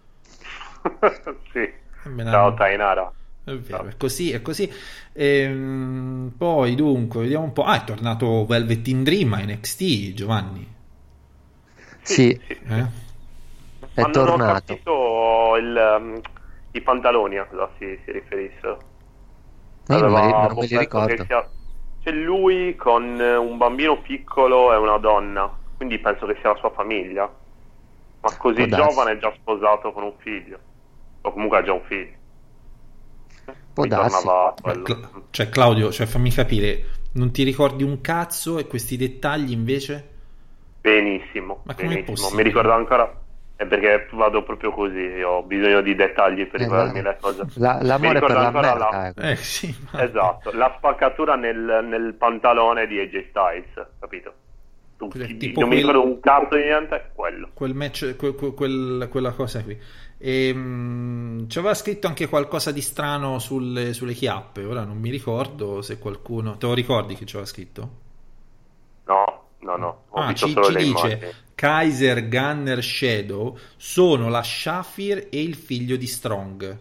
Sì. Me la- Ciao Tainara. È vero, è così, è così. Ehm, poi dunque, vediamo un po'. Ah, è tornato Velvet in Dream a N X T, Giovanni. Sì, Sì. Eh? è Ma non ho tornato. capito il, um, i pantaloni a cosa si, si riferisse. Io non me li, non me li penso che ricordo. sia- C'è lui con un bambino piccolo e una donna, quindi penso che sia la sua famiglia. Ma così Può darsi. giovane, già sposato con un figlio. O comunque ha già un figlio. Può Mi darsi. tornava Beh, quello. Cla- cioè, Claudio, cioè, fammi capire, non ti ricordi un cazzo e questi dettagli invece? Benissimo, Ma com'è benissimo. possibile? Mi ricordo ancora. È perché vado proprio così, ho bisogno di dettagli per Eh, ricordarmi la- le cose. la- Mi l'amore per ricordo la ancora merda. la- ecco. Eh sì, ma- Esatto, la spaccatura nel, nel pantalone di A J Styles, capito? Tu, Cos'è, ti- tipo non mi quel- ricordo un cazzo di niente, quello. Quel match, que- que- quel- quella cosa qui. E, mh, ci aveva scritto anche qualcosa di strano sulle, sulle chiappe. Ora non mi ricordo se qualcuno. Te lo ricordi che ci aveva scritto? No, no, no, ho Ah, visto ci, solo ci le dice immagini. Kaiser, Gunner, Shadow sono la Shafir e il figlio di Strong.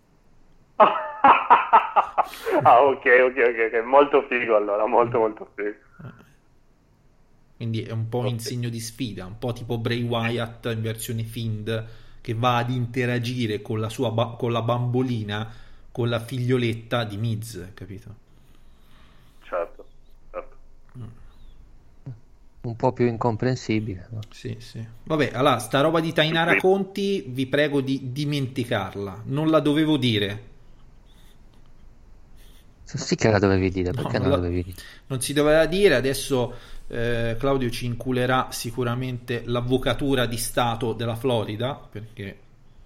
Ah, ok, ok, ok, ok, molto figo allora, molto molto figo. Quindi è un po' in segno di sfida, un po' tipo Bray Wyatt in versione Fiend che va ad interagire con la sua ba- con la bambolina con la figlioletta di Miz, capito? Certo, certo. Un po' più incomprensibile, no? Sì, sì. Vabbè, allora, sta roba di Tainara Conti vi prego di dimenticarla, non la dovevo dire. Sì che la dovevi dire, perché No, non non la la- dovevi dire? Non si doveva dire, adesso eh, Claudio ci inculerà sicuramente l'avvocatura di Stato della Florida, perché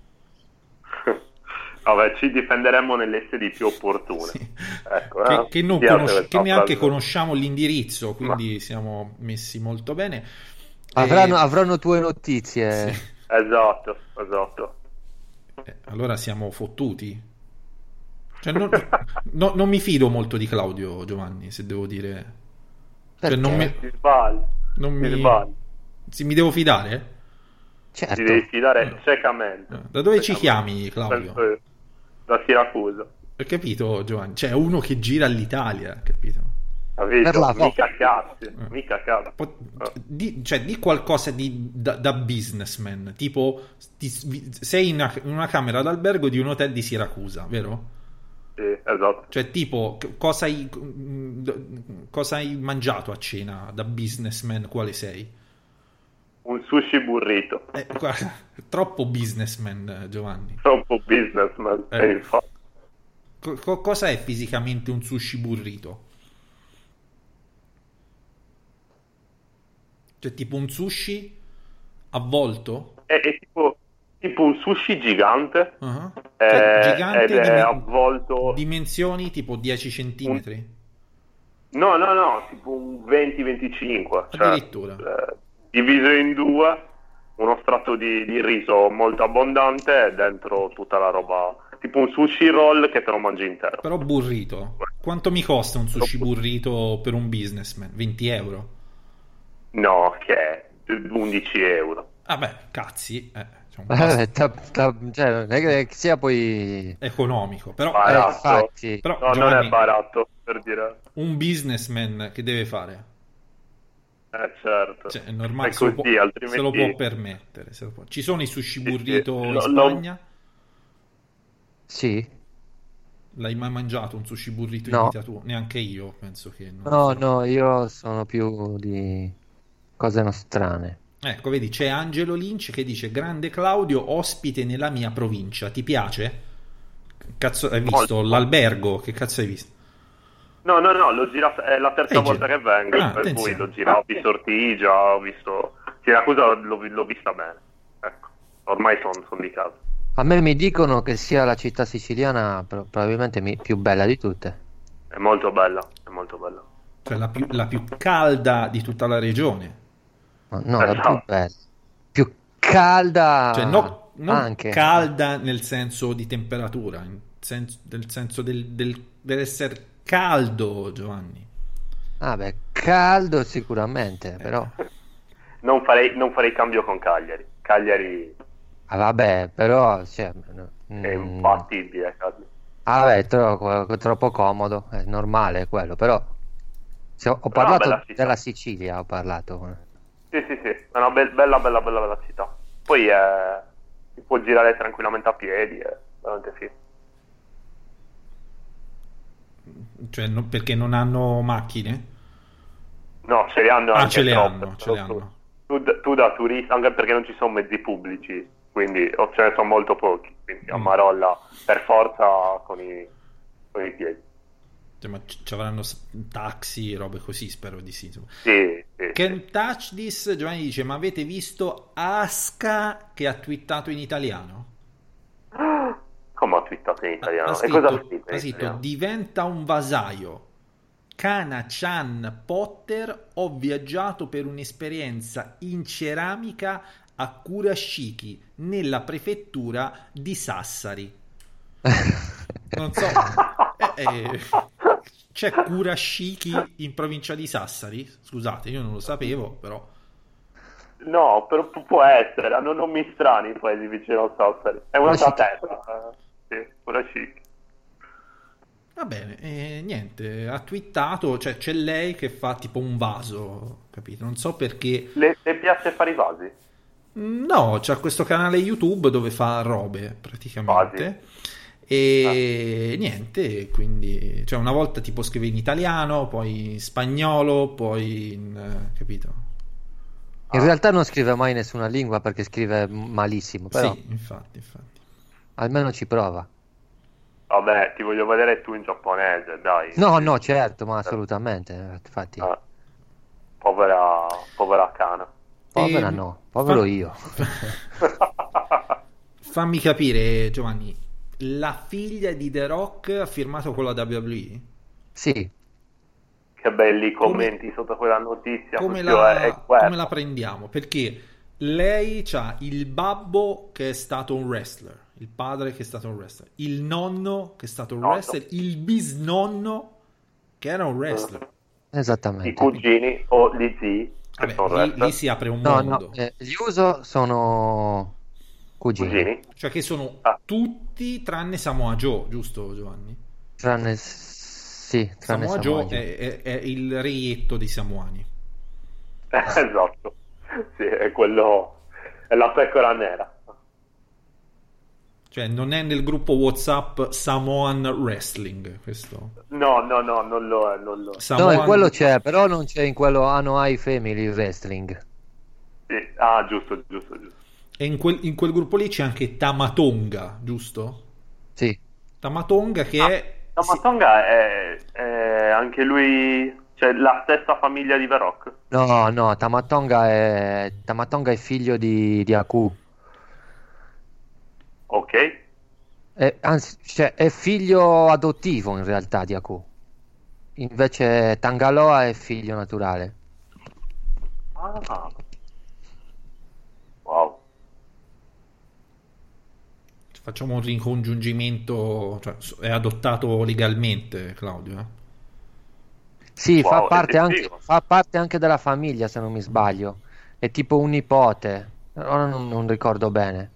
Vabbè, ci difenderemo nelle sedi più opportune. Ecco, che, eh. che non Spiace conosci- questa che neanche frase. conosciamo l'indirizzo, quindi siamo messi molto bene. Avranno, E- avranno tue notizie. Sì. Esatto, esatto. Eh, allora siamo fottuti. Cioè, non, no- non mi fido molto di Claudio, Giovanni, se devo dire. Cioè, non mi, Ti sbagli, non ti mi, sbagli. sì, mi devo fidare? Certo. Ti devi fidare ciecamente. Da dove ci Ciecamente. chiami, Claudio? Penso io. Da Siracusa. Hai capito, Giovanni? Cioè, uno che gira all'Italia, capito? Capito? Per la Mica cazzi, mica cazzi. Po- Di, cioè, di qualcosa di, da, da businessman, tipo ti- sei in una, in una camera d'albergo di un hotel di Siracusa, vero? Sì, esatto. Cioè, tipo, c- cosa hai, cosa hai mangiato a cena da businessman? Quale sei? Un sushi burrito. Eh, guarda, troppo businessman, Giovanni. Troppo businessman. Eh. E infatti. Co- co- cosa è fisicamente un sushi burrito? Cioè, tipo un sushi avvolto? È, è tipo, tipo un sushi gigante. Uh-huh. eh, Cioè, gigante ed è dimen- avvolto. dimensioni tipo dieci centimetri? No, no, no, tipo un venti venticinque. Cioè, Addirittura. eh, diviso in due, uno strato di, di riso molto abbondante e dentro tutta la roba. Tipo un sushi roll che te lo mangi intero. Però burrito. Quanto mi costa un sushi burrito per un businessman? venti euro? No, che è undici euro. Vabbè, cazzi. Eh, c'è un Eh, costo ta- ta- cioè, non è che sia poi economico. Però, Baratto. Eh, infatti. però No, non Giovanni, è baratto, per dire. un businessman che deve fare? Eh, certo. Cioè, è normale, È se lo, così, può, altrimenti... se lo può permettere. se lo può- Ci sono i sushi Sì, burrito sì. in Lo- lo- Spagna? sì. L'hai mai mangiato un sushi burrito in No. vita tua? Neanche io, penso che non No, sia- no, io sono più di cose nostrane. Ecco, vedi, c'è Angelo Lynch che dice: grande Claudio, ospite nella mia provincia, ti piace? Cazzo, hai visto Molto. l'albergo? Che cazzo hai visto? No, no, no, l'ho girato, è la terza Hai volta girato? che vengo, Ah, per cui attenzione. l'ho girato, ho visto Ortigia, ho visto Siracusa, l'ho, l'ho vista bene. Ecco, ormai sono son di casa. A me mi dicono che sia la città siciliana pro- probabilmente mi- più bella di tutte. È molto bella, è molto bella. Cioè, la più, la più calda di tutta la regione. Ma no, la Eh, più no. bella. Più calda Cioè, no- non anche. calda nel senso di temperatura, in senso- nel senso del, del- dell'essere caldo, Giovanni. Ah, beh, caldo sicuramente, però. Non farei, non farei cambio con Cagliari. Cagliari Ah, vabbè, però. Cioè, è mm, imbattibile. Cagliari. ah, beh, troppo, troppo comodo, è normale quello, però. Se ho, ho Però parlato bella città. della Sicilia, ho parlato. Sì, sì, sì, è una be- bella, bella, bella, bella città. Poi eh, si può girare tranquillamente a piedi, è veramente figo. Cioè, no- perché non hanno macchine? No, ce le hanno Ah, anche ce le troppe, hanno, ce però le tu- hanno. Tu, da- tu da turista, anche perché non ci sono mezzi pubblici, quindi o ce ne sono molto pochi, quindi a Mm. Marolla per forza con i, con i piedi. Cioè, ma ci ci avranno s- taxi, robe così, spero di sì. insomma. Sì, sì. Can touch this? Giovanni dice: ma avete visto Aska che ha twittato in italiano? Come ha twittato in italiano? Ha e scritto, cosa ha scritto ha in scritto, italiano? diventa un vasaio. Kana-chan Potter, ho viaggiato per un'esperienza in ceramica a Kurashiki, nella prefettura di Sassari. Non so, eh, eh, c'è Kurashiki in provincia di Sassari? Scusate, io non lo sapevo, però. No, però pu- può essere, hanno nomi strani i paesi vicino a Sassari. È un'altra Kurashiki. terra. eh, Sì, Kurashiki. Va bene, e niente, ha twittato, cioè c'è lei che fa tipo un vaso, capito? Non so perché. Le, le piace fare i vasi? No, c'ha questo canale YouTube dove fa robe praticamente. e ah. niente, quindi cioè una volta tipo scrive in italiano, poi in spagnolo, poi in, capito? In ah. realtà non scrive mai nessuna lingua perché scrive malissimo, però sì, infatti, infatti. Almeno ci prova. Vabbè, ti voglio vedere tu in giapponese, dai. No, no, certo, ma assolutamente, infatti. Ah. Povera, povera cana. Povera e... no, povero fa... io. Fammi capire, Giovanni, la figlia di The Rock ha firmato con la W W E? Sì. Che belli commenti come... sotto quella notizia. Come la... È, è come la prendiamo? Perché lei ha il babbo che è stato un wrestler, il padre che è stato un wrestler, il nonno che è stato un no, wrestler, no. il bisnonno che era un wrestler. Mm. Esattamente. I cugini o gli zii. Vabbè, lì, lì si apre un no, mondo. No, eh, gli Uso sono cugini. cugini. Cioè che sono ah. tutti tranne Samoa Joe, giusto Giovanni? Tranne sì, tranne Samoa, Samoa Joe, Joe. È, è, è il reietto dei samoani. Eh, esatto. Sì, è quello, è la pecora nera. Cioè non è nel gruppo WhatsApp Samoan Wrestling questo? No, no, no, non lo è, non lo è. Samoan... No, in quello c'è, però non c'è in quello Anoa'i Family Wrestling. Sì. Ah, giusto, giusto, giusto. E in quel, in quel gruppo lì c'è anche Tamatonga, giusto? Sì. Tamatonga che ah, è... Tamatonga è, è anche lui... Cioè la stessa famiglia di The Rock? No, no, Tamatonga è Tamatonga è figlio di, di Aku. Ok. È, anzi, cioè, è figlio adottivo in realtà di Aku. Invece Tangaloa è figlio naturale. Ah. Wow. Facciamo un ricongiungimento, cioè è adottato legalmente, Claudio, eh? Sì, wow, fa parte anche fa parte anche della famiglia, se non mi sbaglio. È tipo un nipote. Ora non, non ricordo bene.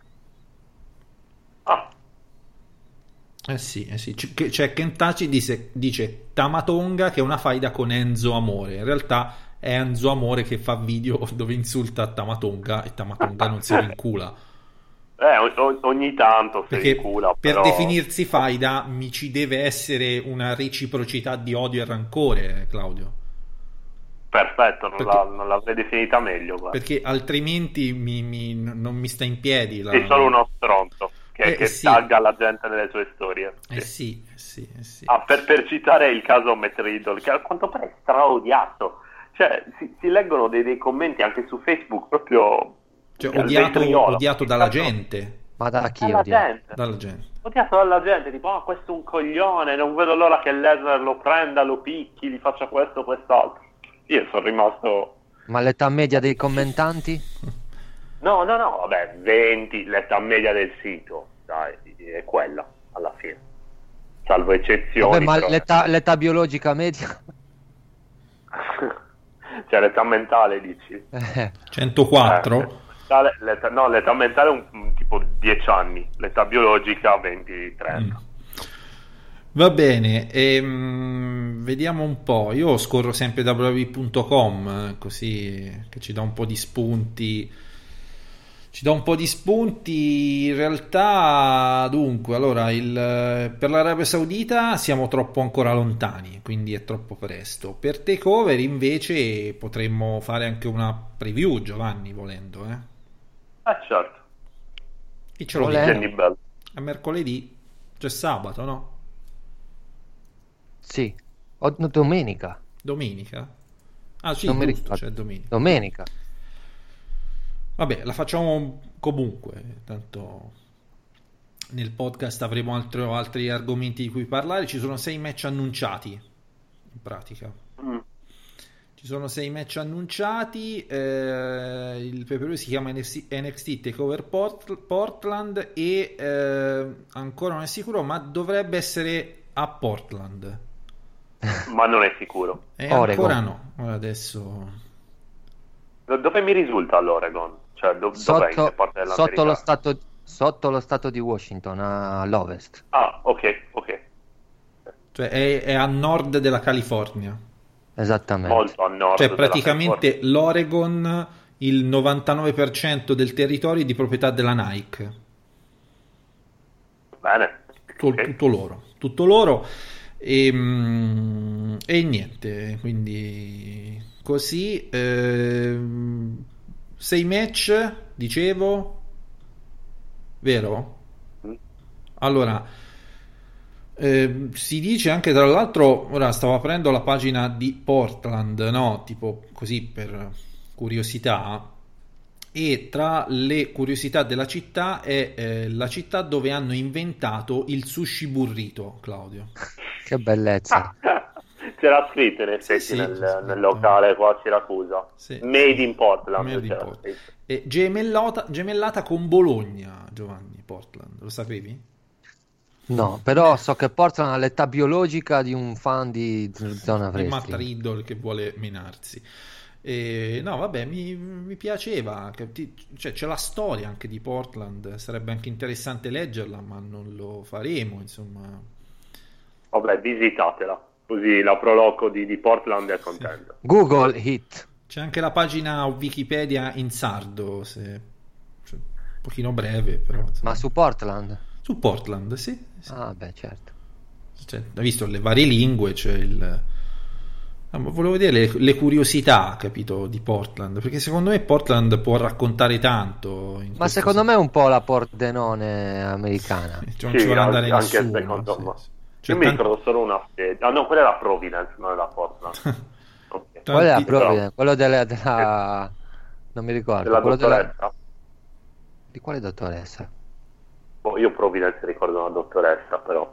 Ah. Eh sì, eh sì. C- cioè Kentachi dice, dice Tamatonga che è una faida con Enzo Amore. In realtà è Enzo Amore che fa video dove insulta Tamatonga e Tamatonga non se ne incula. Eh, o- ogni tanto se Perché incula, per però... definirsi faida mi ci deve essere una reciprocità di odio e rancore, Claudio. Perfetto, non, perché, la, non l'avrei definita meglio, guarda. Perché altrimenti mi, mi, non mi sta in piedi la... Sei solo uno stronzo che, eh, che sì. tagga la gente nelle sue storie. Eh sì, eh sì, eh sì. Ah, per, per citare il caso Matt Riddle, che a quanto pare è straodiato. Cioè, si, si leggono dei, dei commenti anche su Facebook proprio... Cioè, odiato, odiato dalla gente. Ma da chi dalla odia? gente. Dalla gente. Odiato dalla gente, tipo, ah, questo è un coglione, non vedo l'ora che Lesnar lo prenda, lo picchi, gli faccia questo, quest'altro. Io sono rimasto... Ma l'età media dei commentanti? No, no, no, vabbè, venti, l'età media del sito, dai, è quella, alla fine. Salvo eccezioni. Vabbè, ma però... l'età, l'età biologica media? Cioè, l'età mentale, dici? Eh. centoquattro? Eh, l'età, no, l'età mentale è un, un tipo dieci anni, l'età biologica venti trenta. Mm. Va bene, ehm, vediamo un po'. Io scorro sempre w w w punto com, così che ci dà un po' di spunti. Ci dà un po' di spunti. In realtà, dunque, allora, il, per l'Arabia Saudita siamo troppo ancora lontani, quindi è troppo presto. Per Takeover, invece, potremmo fare anche una preview, Giovanni, volendo, eh? Eh, certo. Chi ce lo dice? È mercoledì, cioè sabato, no? Sì, o no, domenica. Domenica? Ah sì, non mi giusto, ricordo. cioè domenica. Domenica. Vabbè, la facciamo comunque, tanto nel podcast avremo altro, altri argomenti di cui parlare. Ci sono sei match annunciati, in pratica. Mm. Ci sono sei match annunciati, eh, il pay per view si chiama N X T Takeover Port- Portland e eh, ancora non è sicuro, ma dovrebbe essere a Portland. Ma non è sicuro. E ancora no, adesso... Dove mi risulta l'Oregon? Cioè, do- sotto, dov'è in che parte dell'America? Sotto lo, stato, sotto lo stato di Washington, all'ovest. Ah, ok, ok. Cioè è, è a nord della California. Esattamente. Molto a nord. Cioè praticamente l'Oregon, il novantanove per cento del territorio è di proprietà della Nike. Bene. tutto, okay. tutto loro, tutto loro e, mm, e niente, quindi così eh, sei match, dicevo, vero? Allora eh, si dice anche, tra l'altro, ora stavo aprendo la pagina di Portland, no? Tipo così per curiosità, e tra le curiosità della città è eh, la città dove hanno inventato il sushi burrito, Claudio. Che bellezza. C'era scritto in effetti sì, sì, nel, sì, nel locale qua a Siracusa, sì. Made in Portland. Made in Portland. E gemellata, gemellata con Bologna, Giovanni, Portland, lo sapevi? No, però so che Portland ha l'età biologica di un fan di Zona Wrestling. Matt Riddle che vuole menarsi. E, no, vabbè, mi, mi piaceva, cioè, c'è la storia anche di Portland, sarebbe anche interessante leggerla, ma non lo faremo, insomma. Vabbè, visitatela, così la proloco di, di Portland è contento. Sì. Google Hit. C'è anche la pagina Wikipedia in sardo, se, cioè, un pochino breve, però. Insomma. Ma su Portland? Su Portland, sì. sì. Ah, beh, certo. Cioè, hai visto le varie lingue, c'è il... Volevo vedere le, le curiosità, capito, di Portland, perché secondo me Portland può raccontare tanto. Ma secondo senso. me è un po' la Pordenone americana. Cioè, non sì, ci vuole andare anche nessuno. Secondo sì, me. sì. Cioè, Io mi ricordo solo una sede. Ah no, quella era Providence, non era Portland. Okay. Qual era Providence? Quello della, della... non mi ricordo. Della quello dottoressa. Della... Di quale dottoressa? Boh, io Providence ricordo una dottoressa, però.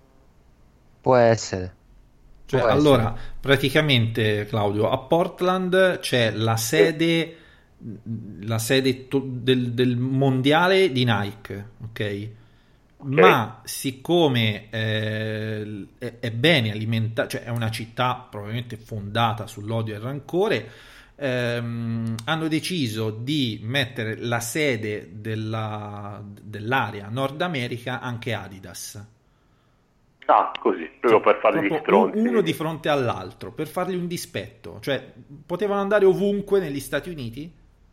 Può essere. Cioè, allora, praticamente, Claudio, a Portland c'è la sede la sede to- del, del mondiale di Nike, ok? Okay. Ma siccome eh, è, è bene alimentata, cioè è una città probabilmente fondata sull'odio e il rancore, ehm, hanno deciso di mettere la sede della, dell'area Nord America anche Adidas. Ah, così, proprio per fargli gli stronzi. Uno di fronte all'altro, per fargli un dispetto. Cioè, potevano andare ovunque negli Stati Uniti?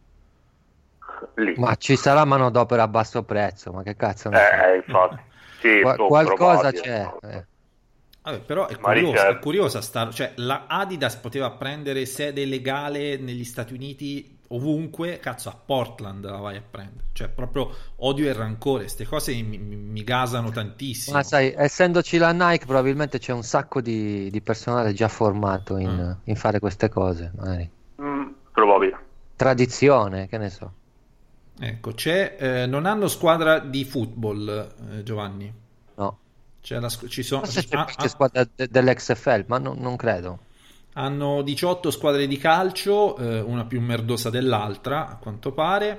Lì. Ma ci sarà manodopera a basso prezzo, ma che cazzo ne Eh, infatti. Sì, Qua- qualcosa c'è. Eh. Vabbè, però è curiosa, è curiosa sta, cioè la Adidas poteva prendere sede legale negli Stati Uniti ovunque, cazzo a Portland la vai a prendere, cioè proprio odio e rancore, queste cose mi, mi, mi gasano tantissimo. Ma sai, essendoci la Nike probabilmente c'è un sacco di, di personale già formato in, mm. in fare queste cose, magari. Mm, probabile. Tradizione, che ne so. Ecco, c'è eh, non hanno squadra di football, eh, Giovanni? No. C'è la, ci sono, Forse c'è ah, qualche ah, squadra de- dell'X F L, ma no, non credo. Hanno diciotto squadre di calcio, eh, una più merdosa dell'altra, a quanto pare.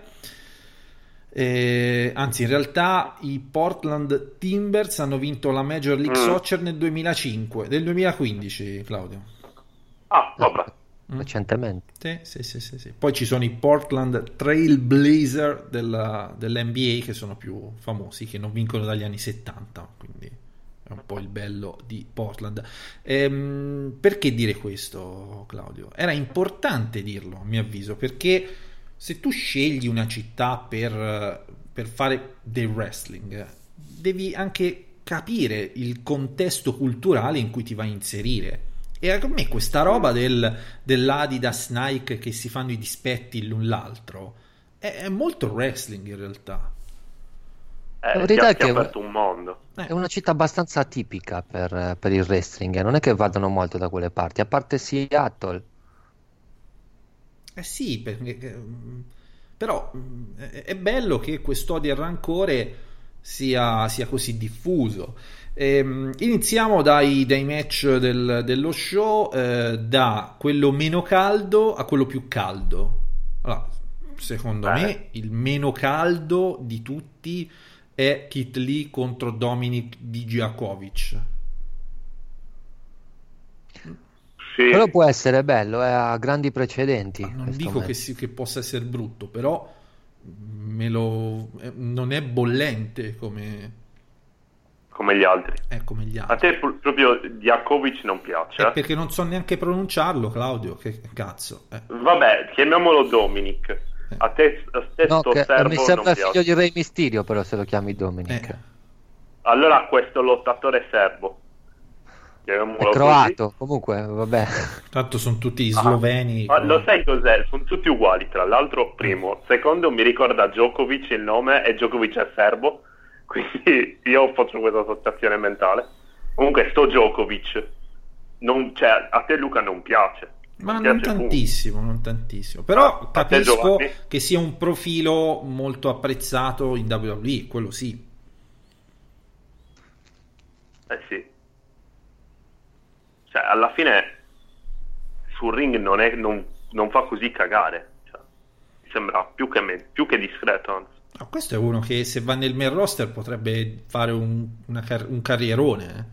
Eh, anzi, in realtà i Portland Timbers hanno vinto la Major League mm. Soccer nel duemilacinque, del duemilaquindici, Claudio. Ah, vabbè. Mm. Recentemente. Sì, sì, sì, sì, sì. Poi ci sono i Portland Trail Blazer della, dell'N B A che sono più famosi, che non vincono dagli anni settanta, quindi è un po' il bello di Portland. Ehm, perché dire questo, Claudio? Era importante dirlo, a mio avviso, perché se tu scegli una città per, per fare del wrestling, devi anche capire il contesto culturale in cui ti vai a inserire. E a me questa roba del, dell'Adidas Nike che si fanno i dispetti l'un l'altro è, è molto wrestling in realtà. Eh, la verità è che aperto un mondo. È una città abbastanza atipica per, per il wrestling, non è che vadano molto da quelle parti, a parte Seattle. Eh sì, perché, però è bello che quest'odio e rancore sia, sia così diffuso. Ehm, iniziamo dai, dai match del, dello show, eh, da quello meno caldo a quello più caldo. Allora, secondo eh. me il meno caldo di tutti è Keith Lee contro Dominic Dijakovic. Sì. Però può essere bello, eh, ha grandi precedenti. Ma non dico che, si, che possa essere brutto, però me lo, eh, non è bollente come come gli altri. È come gli altri. A te pr- proprio Dijakovic non piace? È perché non so neanche pronunciarlo, Claudio, che cazzo. Eh. Vabbè, chiamiamolo Dominic. Eh. A te stesso no, che, servo mi sembra non figlio piace. di Re Mysterio, però se lo chiami Dominic. Eh. allora questo lottatore serbo. È croato, così. Comunque, vabbè. Tanto sono tutti sloveni. Ah, lo sai cos'è? Sono tutti uguali, tra l'altro, primo. Secondo, mi ricorda Djokovic il nome, e Djokovic è serbo, quindi io faccio questa associazione mentale. Comunque sto Djokovic, non, cioè, a te Luca non piace. Ma non, non piace tantissimo, non tantissimo. Però a capisco che sia un profilo molto apprezzato in W W E, quello sì. Eh sì. Cioè, alla fine sul ring non, è, non, non fa così cagare. Cioè, mi sembra più che, me, più che discreto, anzi. No, questo è uno che se va nel main roster potrebbe fare un, una, un carrierone. Eh.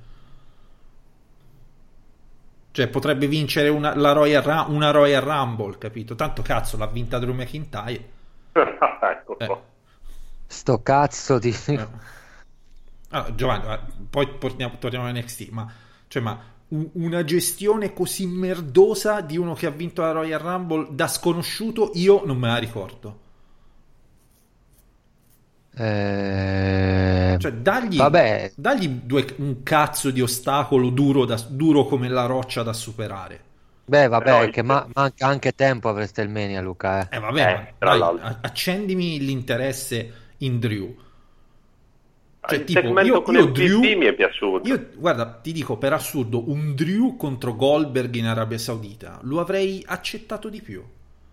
Cioè potrebbe vincere una, la Royal, una Royal Rumble, capito? Tanto cazzo l'ha vinta Drew McIntyre. Ecco eh. Sto cazzo di... Eh. Allora, Giovanni, poi torniamo, torniamo a N X T, ma, cioè, ma una gestione così merdosa di uno che ha vinto la Royal Rumble da sconosciuto io non me la ricordo. Eh... Cioè dagli, Vabbè. dagli due, un cazzo di ostacolo duro, da, duro come la roccia da superare. Beh vabbè, Però che il... ma- manca anche tempo a WrestleMania, Luca. Eh, eh vabbè, eh, ma, dai, accendimi l'interesse in Drew. Cioè, il tipo, segmento io, con io il Drew, P P mi è piaciuto. Io, guarda, ti dico per assurdo, un Drew contro Goldberg in Arabia Saudita lo avrei accettato di più.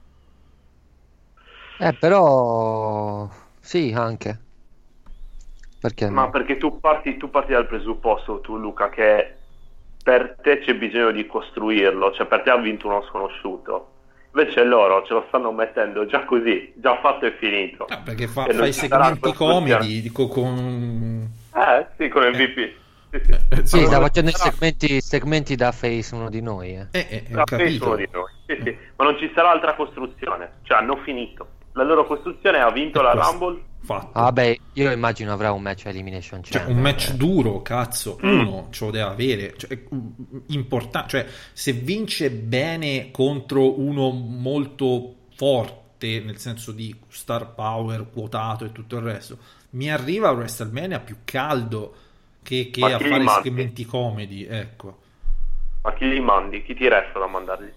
Eh, però sì, anche. Perché Ma no? perché tu parti, tu parti dal presupposto, tu Luca, che per te c'è bisogno di costruirlo, cioè per te ha vinto uno sconosciuto. Invece loro ce lo stanno mettendo già così, già fatto e finito. Ah, perché fa, fa i segmenti comedy dico, con... Eh sì, con il eh. V P. Sì, sì. Eh, Sì, allora, sta facendo i segmenti, segmenti da face uno di noi. Eh. Eh, eh, Da ho capito. uno di noi. Sì, sì. Ma non ci sarà altra costruzione. Cioè hanno finito. La loro costruzione ha vinto E la questo. Rumble. Fatto. Ah, vabbè, io immagino avrà un match a Elimination Cioè, Chamber. un match eh. duro, cazzo, uno ce lo deve avere, cioè, importante, cioè, se vince bene contro uno molto forte, nel senso di star power, quotato e tutto il resto, mi arriva a WrestleMania più caldo che, che Ma a chi fare li mandi? segmenti comedy, ecco. Ma chi li mandi? Chi ti resta da mandarli?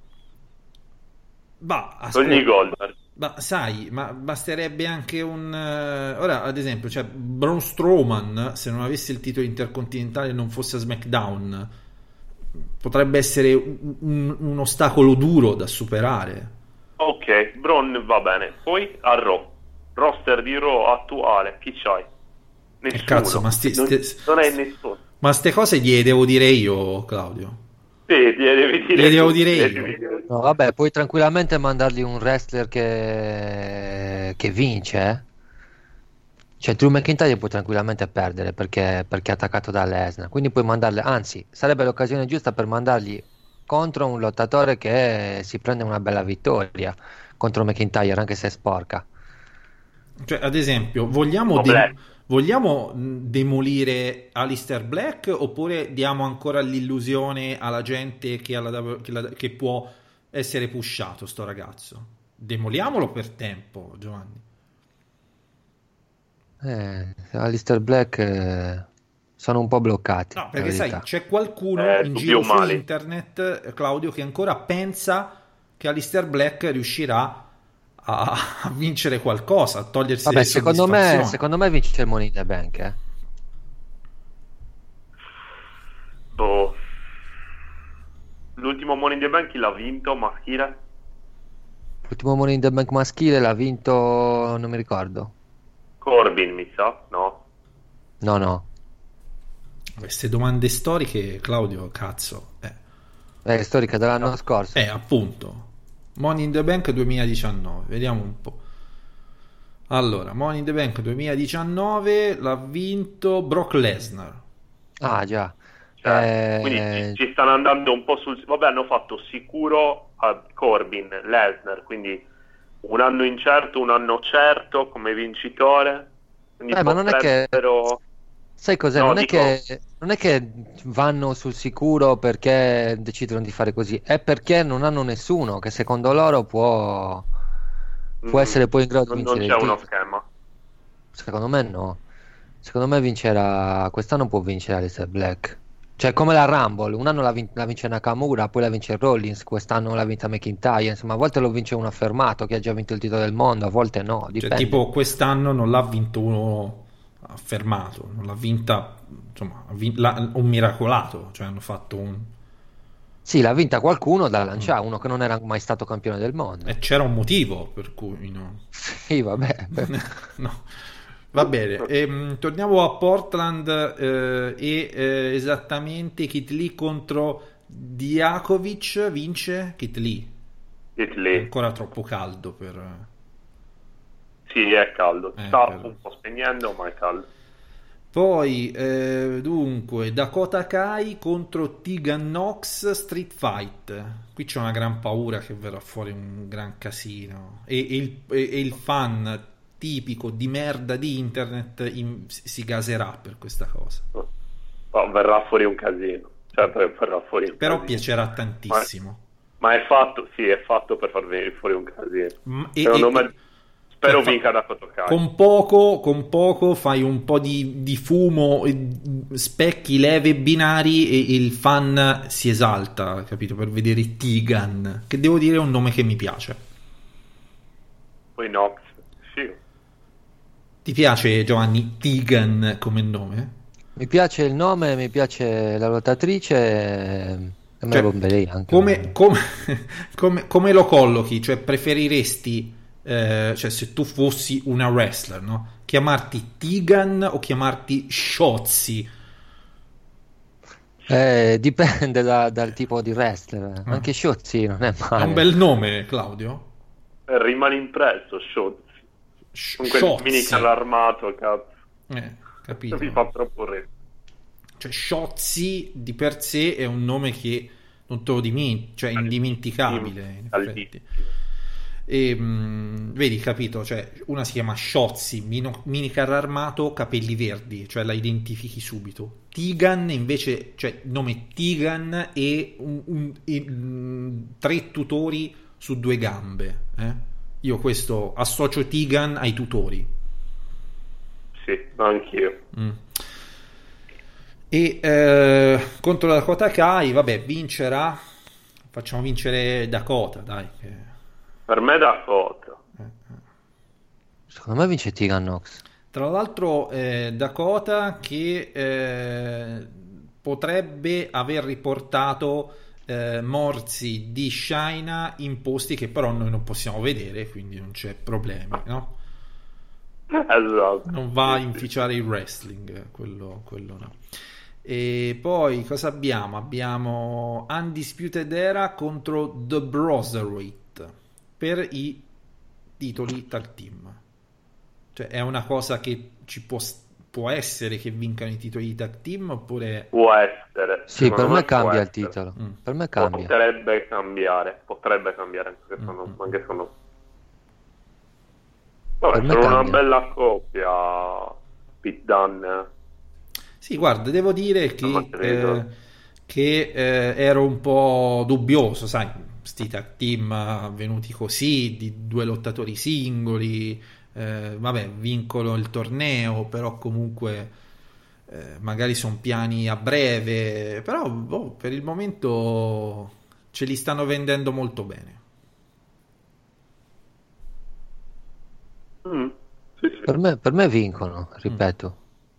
Bah, Togli ascolta, Goldberg. ma sai, ma basterebbe anche un... eh, ora, ad esempio, cioè, Braun Strowman, se non avesse il titolo intercontinentale e non fosse a SmackDown, potrebbe essere un, un- un ostacolo duro da superare. Ok, Braun va bene. Poi a Raw. Roster di Raw attuale. Chi c'hai? Nessuno. E cazzo, ma sti- non, ste- non hai nessuno. Ma ste cose gliele devo dire io, Claudio. Sì, gliele devi dire Le devo tu, dire gliele io. devi dire tu. No, vabbè, puoi tranquillamente mandargli un wrestler che, che vince. eh. Cioè, Drew McIntyre puoi tranquillamente perdere perché, perché è attaccato da Lesnar. Quindi puoi mandarle, anzi, sarebbe l'occasione giusta per mandargli contro un lottatore che si prende una bella vittoria contro McIntyre, anche se è sporca. Cioè, ad esempio, vogliamo, Oh, de- Black. vogliamo mh, demolire Aleister Black oppure diamo ancora l'illusione alla gente che, alla W- che, la- che può essere pushato sto ragazzo? Demoliamolo per tempo, Giovanni. Eh, Aleister Black eh, sono un po' bloccati. No, la perché sai, verità. c'è qualcuno Eh, in dubbi giro su umani. internet, eh, Claudio, che ancora pensa che Aleister Black riuscirà a, a vincere qualcosa, a togliersi Vabbè, le secondo me, soddisfazioni. secondo me vince il Money in the Bank. Eh. Boh. L'ultimo Money in the Bank chi l'ha vinto? Maschile? L'ultimo Money in the Bank maschile l'ha vinto, non mi ricordo. Corbin, mi sa? No? No, no. Queste domande storiche, Claudio, cazzo. Eh, È storica dell'anno scorso. eh, appunto. Money in the Bank duemiladiciannove, vediamo un po'. Allora, Money in the Bank duemiladiciannove l'ha vinto Brock Lesnar. Ah, già. Cioè, Eh, quindi ci, ci stanno andando un po' sul... Vabbè, hanno fatto sicuro a Corbin, Lesnar, quindi un anno incerto, un anno certo come vincitore. Quindi Eh, ma non è che- potrebbero- Sai cos'è? No, non, dico- è che, non è che vanno sul sicuro perché decidono di fare così, è perché non hanno nessuno che secondo loro può, può Mm, essere poi in grado di non, non vincere c'è il uno titolo. schema. Secondo me no. Secondo me vincerà, quest'anno può vincere Aleister Black. Cioè come la Rumble, un anno la, vin- la vince Nakamura, poi la vince Rollins, quest'anno l'ha vinta McIntyre, insomma a volte lo vince un affermato che ha già vinto il titolo del mondo, a volte no, dipende. Cioè tipo quest'anno non l'ha vinto uno affermato, non l'ha vinta, insomma, ha vin- l'ha- un miracolato, cioè hanno fatto un... Sì, l'ha vinta qualcuno da lanciare, uno che non era mai stato campione del mondo. E c'era un motivo per cui no. Sì, vabbè. No. Va bene, ehm, torniamo a Portland eh, e eh, esattamente Kit Lee contro Dijakovic, vince Kit Lee. Kit Lee. È ancora troppo caldo per... Sì, è caldo, Eh, sta per- un po' spegnendo, ma è caldo. Poi, eh, dunque, Dakota Kai contro Tegan Nox Street Fight. Qui c'è una gran paura che verrà fuori un gran casino. E, e il, e- e il fan tipico di merda di internet in- si gaserà per questa cosa. No, verrà fuori un casino. Certo che verrà fuori un Però casino. piacerà tantissimo. Ma, ma è fatto, sì, è fatto per far venire fuori un casino. M- e- Secondo e- me, spero cioè, fa- vinca Dakota Kai. Con poco, con poco fai un po' di, di fumo, e specchi, leve, binari e il fan si esalta, capito? Per vedere Tegan, che devo dire è un nome che mi piace. Poi Nox, sì. Ti piace, Giovanni, Tegan come nome? Mi piace il nome, mi piace la lottatrice e me Cioè, la bomberei anche. Come, come, come, come lo collochi? Cioè, preferiresti, eh, cioè, se tu fossi una wrestler, no? Chiamarti Tegan o chiamarti Shotzi? Eh, dipende da- dal tipo di wrestler. Anche Shotzi non è male. È un bel nome, Claudio? Eh, rimane impresso, Shotzi. Con quel Shotzi. mini carro armato, cazzo. Eh, capito. Mi fa troppo ridere. Cioè, Shotzi di per sé è un nome che non te lo dimentichi, cioè indimenticabile, in effetti. E, mh, vedi, capito? Cioè, una si chiama Shotzi, mino- mini carro armato, capelli verdi, cioè la identifichi subito. Tegan invece, cioè nome Tegan e, un, un- e, mh, tre tutori su due gambe. eh? Io questo associo Tegan ai tutori. Sì, anch'io. Mm. E eh, contro la Dakota Kai, vabbè, vincerà. Facciamo vincere Dakota, dai. che- Per me Dakota. Secondo me vince Tegan Nox. Tra l'altro, eh, Dakota che eh, potrebbe aver riportato eh, morsi di Shaina in posti che però noi non possiamo vedere, quindi non c'è problemi, no? Esatto. Non va a inficiare il wrestling, quello, quello no. E poi cosa abbiamo? Abbiamo Undisputed Era contro The Broserweight per i titoli tag team. Cioè è una cosa che ci può, può essere che vincano i titoli di tag team oppure... Può essere. Sì, Secondo per me può cambia il essere. titolo. Mm. Per me cambia. Potrebbe cambiare, potrebbe cambiare anche Mm, secondo, mm. anche secondo Vabbè, Per me sono una cambia. bella coppia, Pete Dunne. Sì, guarda, devo dire Ah, che, credo. eh, che eh, ero un po' dubbioso, sai, sti tag team venuti così, di due lottatori singoli, eh, vabbè, vincono il torneo, però comunque eh, magari sono piani a breve, però boh, per il momento ce li stanno vendendo molto bene. Mm, sì, sì. Per me, per me vincono, ripeto.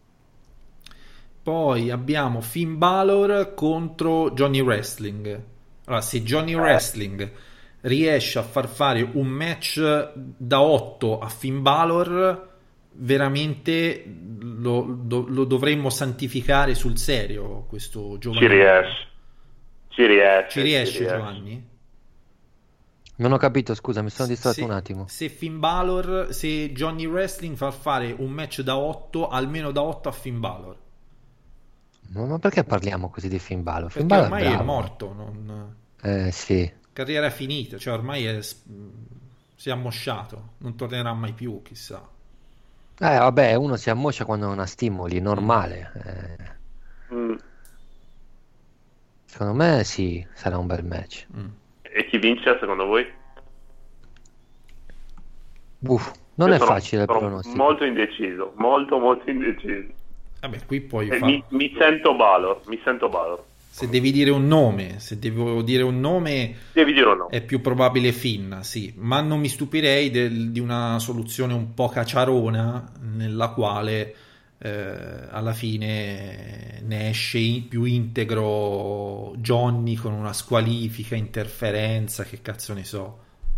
Poi abbiamo Finn Balor contro Johnny Wrestling. Allora, se Johnny Wrestling riesce a far fare un match da otto a Finn Balor, veramente lo, lo- lo dovremmo santificare sul serio, questo giovane. Ci riesce. Ci riesce. Ci riesce, riesce. Giovanni? Non ho capito, scusa, mi sono distratto Se- un attimo. Se Finn Balor, se Johnny Wrestling fa fare un match da otto, almeno da otto a Finn Balor. Ma, ma perché parliamo così di Finn Balor? Finn Perché Balor ormai è bravo. morto, non... Eh sì. carriera finita, cioè ormai è, si è ammosciato, non tornerà mai più, chissà. Eh vabbè, uno si ammoscia quando non ha stimoli, normale. Eh, Mm. secondo me sì, sarà un bel match. Mm. E chi vince secondo voi? Uff, Non Io è sono, facile il sono pronostico. molto indeciso, molto molto indeciso. Vabbè, qui poi Eh, fa... mi, mi sento Balor, mi sento Balor. Se devi dire un nome, se devo dire un nome, Devi dire un nome. è più probabile Finn, sì, ma non mi stupirei del- di una soluzione un po' cacciarona nella quale eh, alla fine ne esce in- più integro Johnny con una squalifica, interferenza, che cazzo ne so.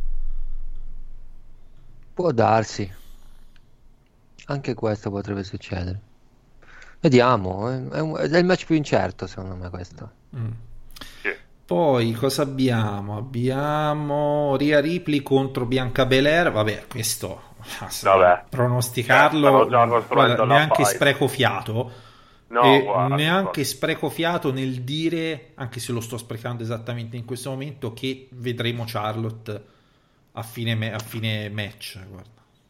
Può darsi. Anche questo potrebbe succedere. Vediamo, è, è un- è il match più incerto secondo me questo. Mm. Poi cosa abbiamo? Abbiamo Rhea Ripley contro Bianca Belair. Vabbè, questo ah, se Vabbè. pronosticarlo, Stavo già costruendo guarda, la neanche fight. spreco fiato. No, E guarda, neanche guarda. spreco fiato nel dire, anche se lo sto sprecando esattamente in questo momento, che vedremo Charlotte a fine, me- a fine match. Guarda.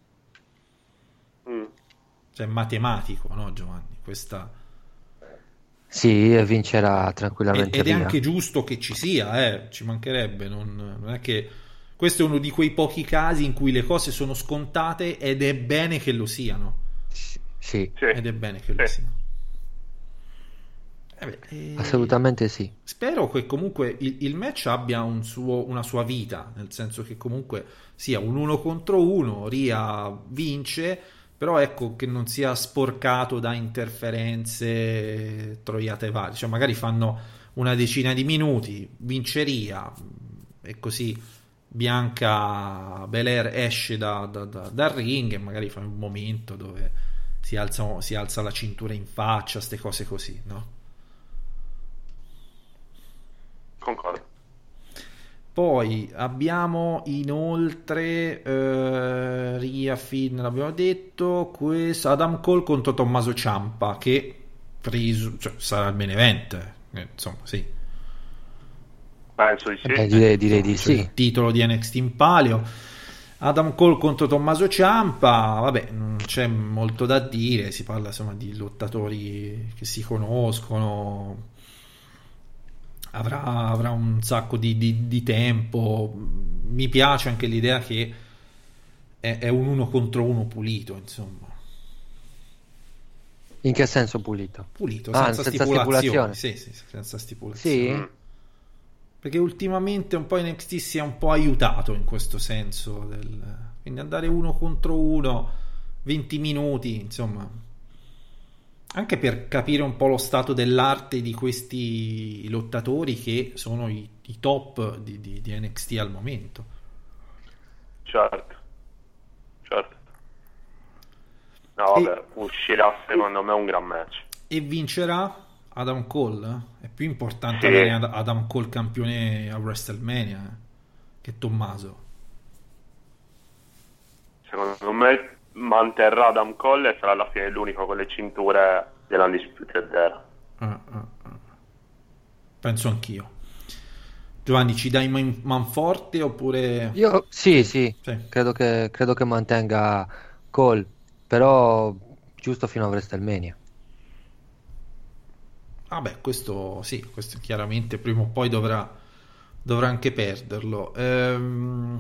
Mm. Cioè, è matematico, no, Giovanni? Questa... Sì, e vincerà tranquillamente Ed è Rhea. anche giusto che ci sia, eh, ci mancherebbe, non, non è che questo è uno di quei pochi casi in cui le cose sono scontate ed è bene che lo siano. Sì, Ed è bene che lo siano. Eh beh, eh, assolutamente sì. spero che comunque il, il match abbia un suo, una sua vita, nel senso che comunque sia un uno contro uno, Rhea vince, però ecco che non sia sporcato da interferenze troiate varie, cioè magari fanno una decina di minuti, vince Rhea e così Bianca Belair esce da, da- da- dal ring e magari fa un momento dove si alza, si alza la cintura in faccia, ste cose così, no? Concordo. Poi abbiamo inoltre eh, Rhea, Finn, l'abbiamo detto, questo Adam Cole contro Tommaso Ciampa, che preso, cioè, sarà il main event, eh, insomma, sì. Penso di sì. Eh, direi, direi di Cioè, sì. il titolo di N X T in palio. Adam Cole contro Tommaso Ciampa, vabbè, non c'è molto da dire, si parla insomma di lottatori che si conoscono. Avrà, avrà un sacco di, di- di tempo. Mi piace anche l'idea che è, è un uno contro uno pulito, insomma. In che senso pulito? Pulito, Ah, senza, senza stipulazioni. stipulazione. Sì, sì, sì, senza stipulazioni. Sì? Perché ultimamente un po' N X T si è un po' aiutato in questo senso. Del... Quindi andare uno contro uno, venti minuti, insomma. Anche per capire un po' lo stato dell'arte di questi lottatori che sono i, i top di, di- di N X T al momento. Certo. Certo. No, vabbè, uscirà secondo me un gran match. E vincerà Adam Cole? È più importante Sì. avere Ad- Adam Cole campione a WrestleMania eh, che Tommaso. Secondo me manterrà Adam Cole e sarà alla fine l'unico con le cinture dell'Undisputed Era. Ah, ah, ah. Penso anch'io. Giovanni, ci dai man- manforte oppure... Io sì, sì, Sì. Credo che, credo che mantenga Cole, però giusto fino a WrestleMania. Ah beh, questo sì, questo chiaramente prima o poi dovrà, dovrà anche perderlo. Ehm,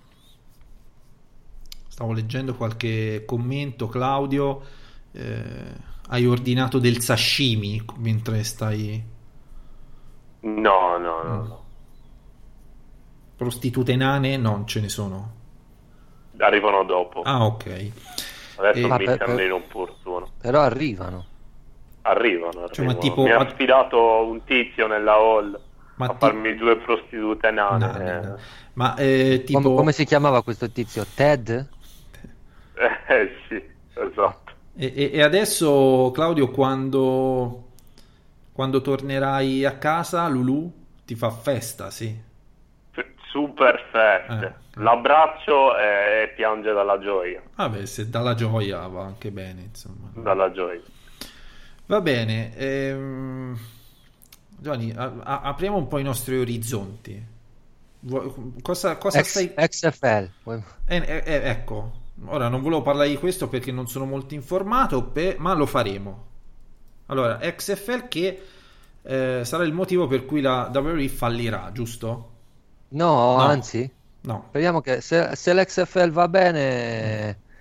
stavo leggendo qualche commento, Claudio. eh, hai ordinato del sashimi mentre stai... No, no, no, no. Prostitute nane? Non ce ne sono. Arrivano dopo. Ah, ok. Adesso E- mi per- sembra per- inopportuno. Però arrivano. Arrivano, Cioè, ma arrivano. tipo- Mi ha sfidato un tizio nella hall Ma a ti- farmi due prostitute nane. No, no, no. Ma eh, tipo... Come, come si chiamava questo tizio? Ted? Eh sì, esatto. E, e- e adesso, Claudio, quando, quando tornerai a casa, Lulu ti fa festa, sì. F- Super feste. Eh. L'abbraccio e, e piange dalla gioia. Vabbè, se dà la gioia va anche bene, insomma. Dalla gioia. Va bene. Ehm... Giovanni, a- a- apriamo un po' i nostri orizzonti. Vuoi- Cosa, cosa X, stai... X F L. Eh, eh, eh, ecco, ora non volevo parlare di questo perché non sono molto informato, pe- ma lo faremo. Allora, X F L che eh, sarà il motivo per cui la W W E fallirà, giusto? No, No. anzi, No. speriamo che se, se l'X F L va bene,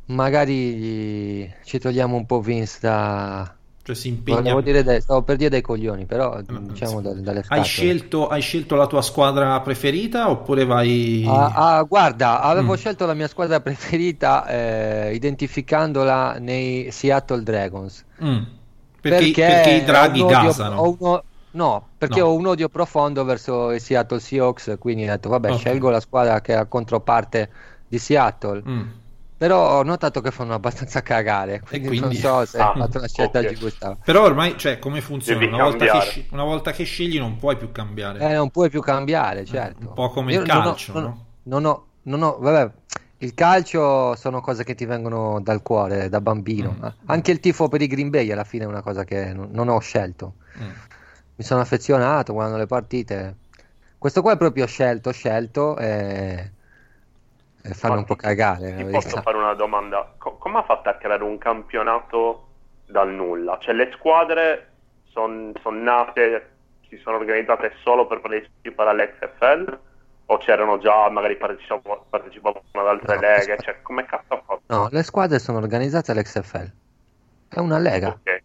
magari ci togliamo un po' Vince da... Cioè si impegna... Volevo dire dai, stavo per dire dai coglioni, però diciamo da, dalle scatole. Hai scelto, hai scelto la tua squadra preferita oppure vai... Ah, ah, guarda, avevo Mm. scelto la mia squadra preferita eh, identificandola nei Seattle Dragons. Mm. Perché, perché i draghi ho un odio- gasano. ho uno- no, perché No. ho un odio profondo verso i Seattle Seahawks, quindi ho detto vabbè, Ok. scelgo la squadra che è la controparte di Seattle. Mm. Però ho notato che fanno abbastanza cagare, quindi, quindi- non so se Ah, ho fatto una scelta ok. giusta. Però ormai, cioè, come funziona? Devi Una volta, che cambiare. sci- una volta che scegli non puoi più cambiare. Eh, non puoi più cambiare, certo. Un po' come Io il non ho- calcio, non ho- no? Non ho, non ho, vabbè, il calcio sono cose che ti vengono dal cuore, da bambino. Mm. Anche il tifo per i Green Bay alla fine è una cosa che non, non ho scelto. Mm. Mi sono affezionato guardando le partite. Questo qua è proprio scelto, scelto e, e fanno Ma un po' ti- cagare. Ti la posso verità. fare una domanda? Co- come ha fatto a creare un campionato dal nulla? Cioè le squadre sono nate, si sono organizzate solo per partecipare all'X F L? O c'erano già, magari partecipavano, partecipavano ad altre No, leghe? Cioè come cazzo ha fatto? No, le squadre sono organizzate all'X F L. È una lega. Ok.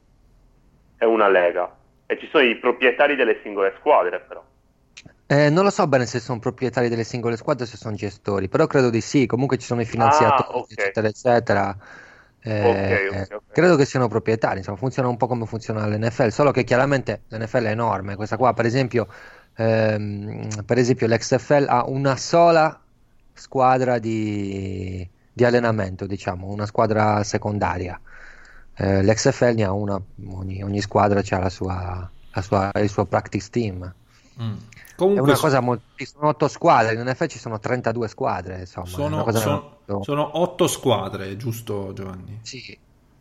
È una lega. E ci sono i proprietari delle singole squadre però. Eh, non lo so bene se sono proprietari delle singole squadre o se sono gestori, però credo di sì. Comunque ci sono i finanziatori, Ah, ok. eccetera, eccetera. Eh, Ok, ok, ok. Credo che siano proprietari. Insomma, funziona un po' come funziona l'N F L, solo che chiaramente l'N F L è enorme. Questa qua, per esempio, ehm, per esempio, l'X F L ha una sola squadra di, di allenamento, diciamo, una squadra secondaria. Eh, L'X F L ne ha una, ogni, ogni squadra ha la sua, la sua, il suo practice team. Mm. È Comunque una so- cosa molto. Ci sono otto squadre, in N F L ci sono trentadue squadre, insomma. è una sono, cosa sono- molto- sono otto squadre, giusto Giovanni? Sì.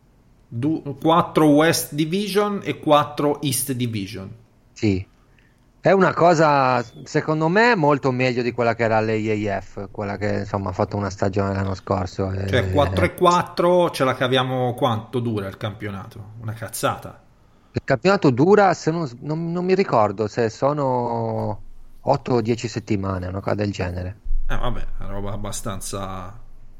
Du- quattro West Division e quattro East Division. Sì. È una cosa, secondo me, molto meglio di quella che era l'A A F, quella che insomma ha fatto una stagione l'anno scorso. e- Cioè quattro e quattro ce la caviamo. Quanto dura il campionato? Una cazzata. Il campionato dura, se non, non- non mi ricordo se sono otto o dieci settimane, una cosa del genere. Eh vabbè, è una roba abbastanza...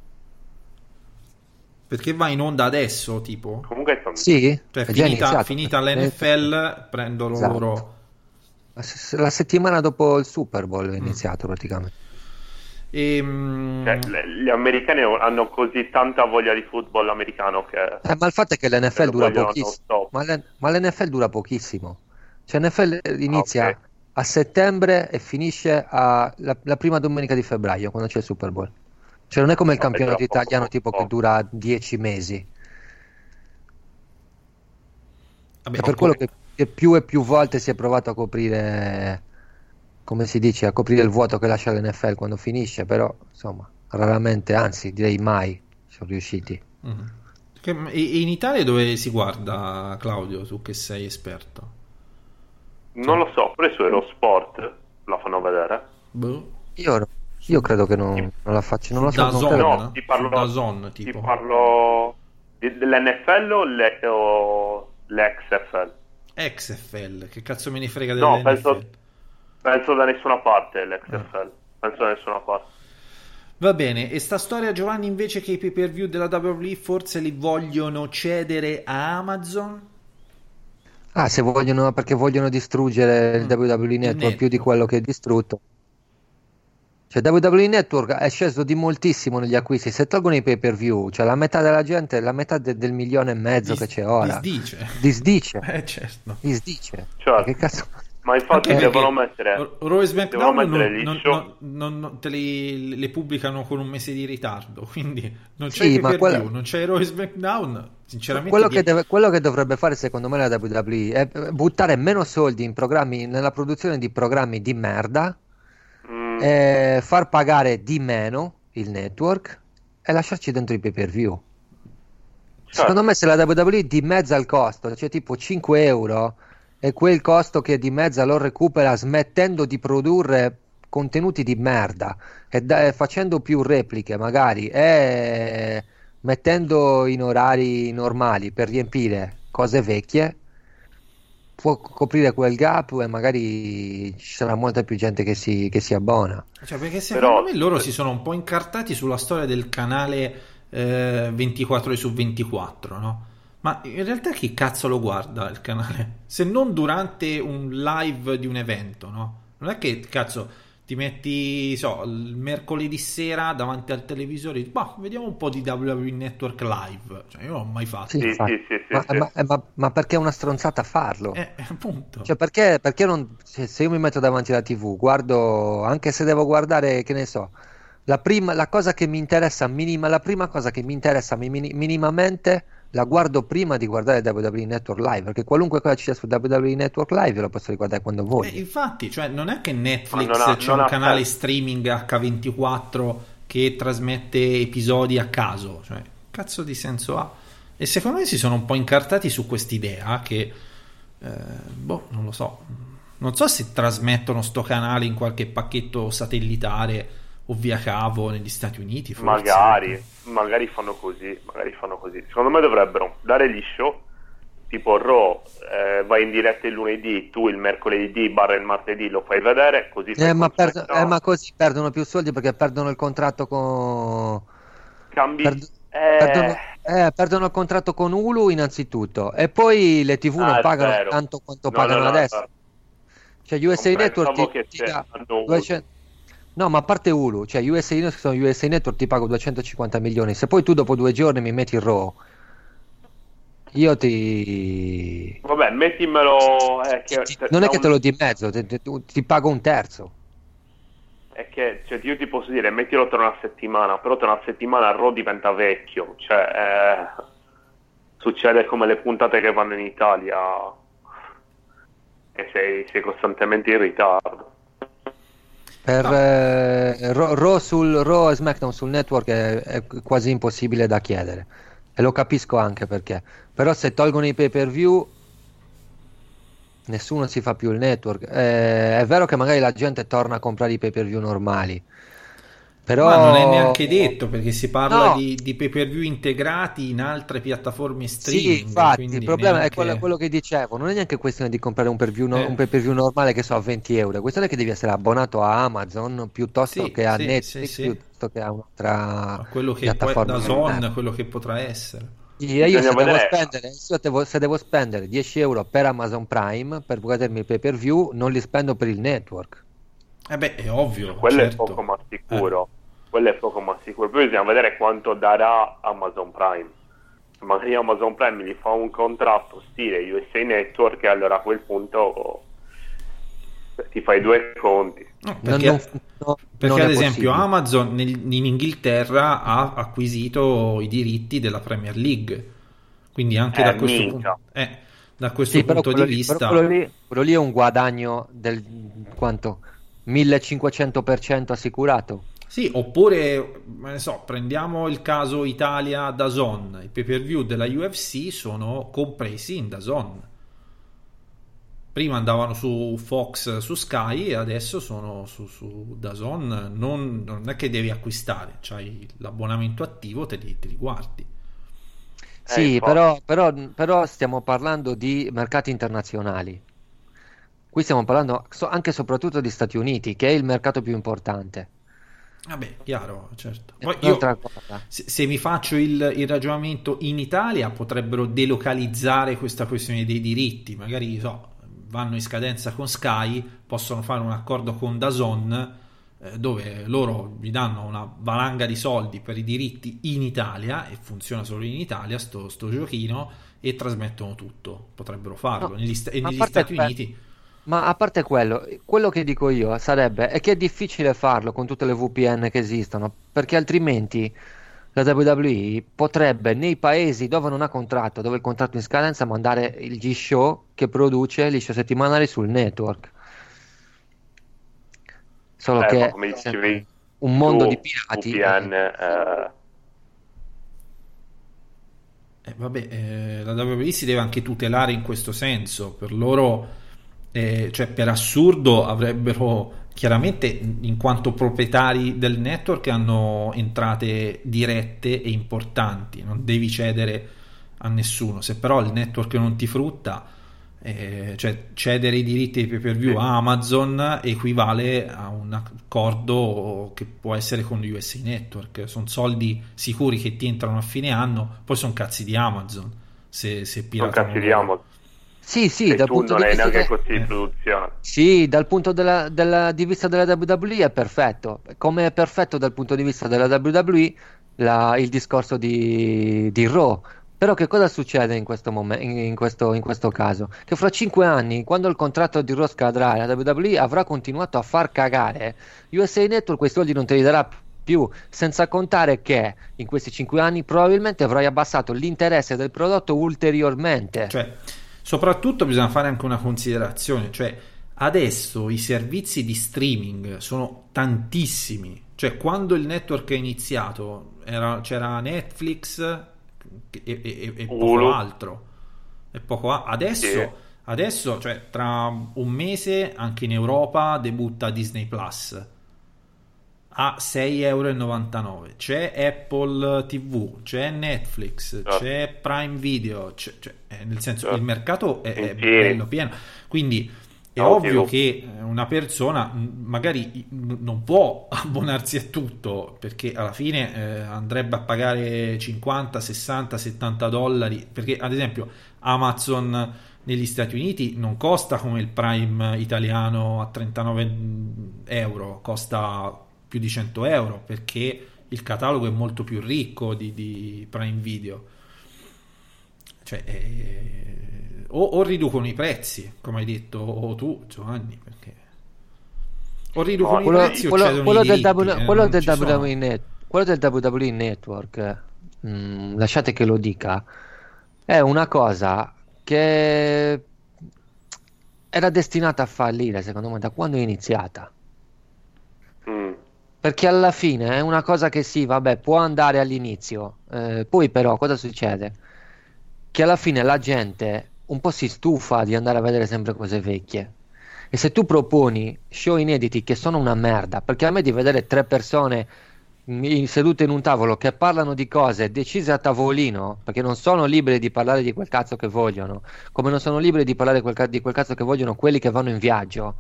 Perché va in onda adesso, tipo? Comunque sono... Sì, Cioè è già finita, iniziato. finita l'N F L prendono Esatto. loro... La s- la settimana dopo il Super Bowl Mm. è iniziato praticamente. E, mm, Cioè, le- gli americani hanno così tanta voglia di football americano che... Eh, ma il fatto è che l'N F L lo dura vogliono pochissimo. non stop. Ma, l'N- ma l'N F L dura pochissimo. Cioè l'N F L inizia ok. a settembre e finisce a la, la prima domenica di febbraio, quando c'è il Super Bowl. Cioè non è come il Vabbè, campionato dura poco, italiano poco, tipo che poco. dura dieci mesi. vabbè, È per quello che, che più e più volte si è provato a coprire, come si dice, a coprire il vuoto che lascia l'N F L quando finisce, però insomma, raramente, anzi direi mai sono riusciti. mm. Che- e, e in Italia dove si guarda, Claudio, tu che sei esperto? Non lo so, però su Eurosport la fanno vedere. Boh. Io, io credo che non, non la faccio, non lo so. Da non zone, credo- No, ti parlo, Su DAZN, ti tipo. parlo di- dell'N F L o, le, o l'X F L? X F L, che cazzo me ne frega No, dell'N F L? penso, penso da nessuna parte l'X F L. Penso da nessuna parte. Va bene, e sta storia, Giovanni, invece che i pay per view della W W E forse li vogliono cedere a Amazon? Ah, se vogliono, perché vogliono distruggere il Mm. W W E Il Network più di network. quello che è distrutto. Cioè, W W E Network è sceso di moltissimo negli acquisti. Se tolgono i pay per view, cioè la metà della gente, la metà de- del milione e mezzo Dis- che c'è ora, disdice. disdice. Eh, certo. Disdice. Certo. Che cazzo? Ma infatti Anche devono perché mettere... Ro- Raw e SmackDown devono mettere non, gli non- show- non- non- te li, le pubblicano con un mese di ritardo, quindi non c'è Sì, il ma pay per view, quella- non c'è Raw e SmackDown, sinceramente Quello di- che, deve- quello che dovrebbe fare secondo me la W W E è eh, buttare meno soldi in programmi, nella produzione di programmi di merda, Mm, eh, far pagare di meno il network e lasciarci dentro i pay per view. certo. Secondo me se la W W E dimezza il costo, cioè tipo cinque euro, è quel costo che dimezza lo recupera smettendo di produrre contenuti di merda e da- e facendo più repliche magari e mettendo in orari normali per riempire cose vecchie, può coprire quel gap e magari ci sarà molta più gente che si, che si abbona. Cioè, perché secondo Però- me loro si sono un po' incartati sulla storia del canale eh, ventiquattro ore su ventiquattro, no? Ma in realtà chi cazzo lo guarda il canale? Se non durante un live di un evento, no? Non è che cazzo ti metti, so, il mercoledì sera davanti al televisore, bah, vediamo un po' di W W E Network Live. Cioè, io non l'ho mai fatto. Sì, Sì, sì, sì, sì, ma, sì. ma- ma- ma perché è una stronzata farlo? Eh, appunto. Cioè, perché, perché non, se se io mi metto davanti alla tivù, guardo, anche se devo guardare, che ne so, la prima, la cosa che mi interessa, minima, la prima cosa che mi interessa mini- minimamente, la guardo prima di guardare W W E Network Live, perché qualunque cosa ci sia su W W E Network Live io la posso riguardare quando voglio. Eh, infatti, cioè, non è che Netflix Ma non ha- c'è non un ha canale senso. streaming acca ventiquattro che trasmette episodi a caso. Cioè, cazzo di senso ha? E secondo me si sono un po' incartati su quest'idea che, eh, boh, non lo so. Non so se trasmettono sto canale in qualche pacchetto satellitare o via cavo negli Stati Uniti, forse. Magari, magari fanno così, magari fanno così. Secondo me dovrebbero dare gli show, tipo Raw, eh, vai in diretta il lunedì, tu il mercoledì barra il martedì lo fai vedere, così fai Eh, ma, per- consulenza. eh, ma così perdono più soldi perché perdono il contratto con... Cambi... Perd- eh, Perdono, eh, perdono il contratto con Hulu innanzitutto e poi le tivù Ah, non è pagano vero. tanto quanto No, pagano no, no, adesso. no. Cioè U S A Non Network pensavo ti, che ti se dà hanno duecento no, ma a parte Hulu, cioè U S A Network, sono U S A Network ti pago duecentocinquanta milioni. Se poi tu dopo due giorni mi metti il Raw, io ti Vabbè, mettimelo... eh, che, ti- non è che te lo lo di mezzo, ti, ti- ti pago un terzo. È che, cioè, io ti posso dire, mettilo tra una settimana, però tra una settimana Raw diventa vecchio, cioè, eh, succede come le puntate che vanno in Italia e sei, sei costantemente in ritardo. Per eh, Raw, Raw sul Raw e SmackDown sul network è, è quasi impossibile da chiedere e lo capisco anche perché. Però se tolgono i pay per view nessuno si fa più il network. Eh, è vero che magari la gente torna a comprare i pay per view normali, però Ma non è neanche detto, perché si parla No. di, di pay per view integrati in altre piattaforme streaming. sì, infatti quindi il problema neanche- è quello, quello che dicevo, non è neanche questione di comprare un, per-view no- Eh. un pay per view normale che so a venti euro, la questione è che devi essere abbonato a Amazon piuttosto Sì, che a sì, Netflix, sì, sì. piuttosto che a un'altra a quello che poi piattaforma da online. Zone, quello che potrà essere. Io Bisogna se devo, vedere- spendere, se devo, se devo spendere dieci euro per Amazon Prime per guardarmi il pay per view, non li spendo per il network. Eh beh, è ovvio, Quello certo. è poco ma sicuro, quello è poco ma sicuro. Poi bisogna vedere quanto darà Amazon Prime. Magari Amazon Prime gli fa un contratto stile U S A Network e allora a quel punto ti fai due conti. No, Non- perché, non- no, perché non ad è esempio possibile. Amazon nel- in Inghilterra ha acquisito i diritti della Premier League, quindi anche Eh, da questo minchia. punto, eh, da questo Sì, però punto quello di lì, però vista quello lì, quello lì è un guadagno del quanto? millecinquecento per cento assicurato. sì, oppure ma ne so, prendiamo il caso Italia DAZN, i pay per view della U F C sono compresi in DAZN. Prima andavano su Fox, su Sky, e adesso sono su, su DAZN. Non, non è che devi acquistare, c'hai l'abbonamento attivo, te li, te li guardi. Sì, infatti. però, però, però stiamo parlando di mercati internazionali. Qui stiamo parlando so- anche e soprattutto di Stati Uniti, che è il mercato più importante. Vabbè, chiaro, certo. È Poi io, un'altra cosa. se, se mi faccio il, il ragionamento in Italia, potrebbero delocalizzare questa questione dei diritti. Magari, so, vanno in scadenza con Sky, possono fare un accordo con DAZN, eh, dove loro gli danno una valanga di soldi per i diritti in Italia, e funziona solo in Italia sto, sto giochino, e trasmettono tutto. Potrebbero farlo. No, negli, sta- e ma a negli parte Stati que- Uniti... Ma a parte quello, quello che dico io sarebbe è che è difficile farlo con tutte le V P N che esistono, perché altrimenti la W W E potrebbe nei paesi dove non ha contratto, dove il contratto è in scadenza, mandare il G-Show che produce gli show settimanali sul network. Solo Eh, che ma come è dicevi un mondo tu, di pirati. V P N, eh, Eh, vabbè, eh, la W W E si deve anche tutelare in questo senso. Per loro, eh, cioè per assurdo, avrebbero chiaramente, in quanto proprietari del network, hanno entrate dirette e importanti. Non devi cedere a nessuno. Se però il network non ti frutta, Eh, cioè cedere i diritti ai pay per view a Amazon equivale a un accordo che può essere con l'U S A Network. Sono soldi sicuri che ti entrano a fine anno, poi sono cazzi di Amazon se, se sono cazzi di Amazon. Sì, sì, e dal tu punto non di hai vista neanche de- costi di produzione. Sì, dal punto della, della, di vista della W W E è perfetto, come è perfetto dal punto di vista della W W E la, il discorso di, di Raw. Però che cosa succede in questo, momen- in, in, questo, in questo caso? Che fra cinque anni, quando il contratto di Raw scadrà e la W W E avrà continuato a far cagare, U S A Network quei soldi non te li darà più, senza contare che in questi cinque anni probabilmente avrai abbassato l'interesse del prodotto ulteriormente. Cioè, soprattutto bisogna fare anche una considerazione, cioè adesso i servizi di streaming sono tantissimi, cioè quando il network è iniziato era, c'era Netflix e, e, e poco altro e poco a- adesso, sì. adesso cioè tra un mese anche in Europa debutta Disney Plus a sei e novantanove euro, c'è Apple T V, c'è Netflix, certo. c'è Prime Video, c'è, cioè, eh, nel senso certo. il mercato è, è sì. bello pieno, quindi è no, ovvio sì. che una persona magari non può abbonarsi a tutto, perché alla fine eh, andrebbe a pagare cinquanta, sessanta, settanta dollari, perché ad esempio Amazon negli Stati Uniti non costa come il Prime italiano a trentanove euro, costa più di cento euro, perché il catalogo è molto più ricco di, di Prime Video, cioè eh, o, o riducono i prezzi, come hai detto o tu Giovanni, perché o riducono no, quello, i prezzi quello, o cedono quello i diritti, del, w, eh, quello, del W W E Net, quello del W W E Network, mh, lasciate che lo dica, è una cosa che era destinata a fallire secondo me da quando è iniziata. Mm. Perché alla fine è una cosa che sì, vabbè, può andare all'inizio, eh, poi però cosa succede? Che alla fine la gente un po' si stufa di andare a vedere sempre cose vecchie. E se tu proponi show inediti che sono una merda, perché a me di vedere tre persone in, sedute in un tavolo che parlano di cose decise a tavolino, perché non sono liberi di parlare di quel cazzo che vogliono, come non sono liberi di parlare quel, di quel cazzo che vogliono quelli che vanno in viaggio,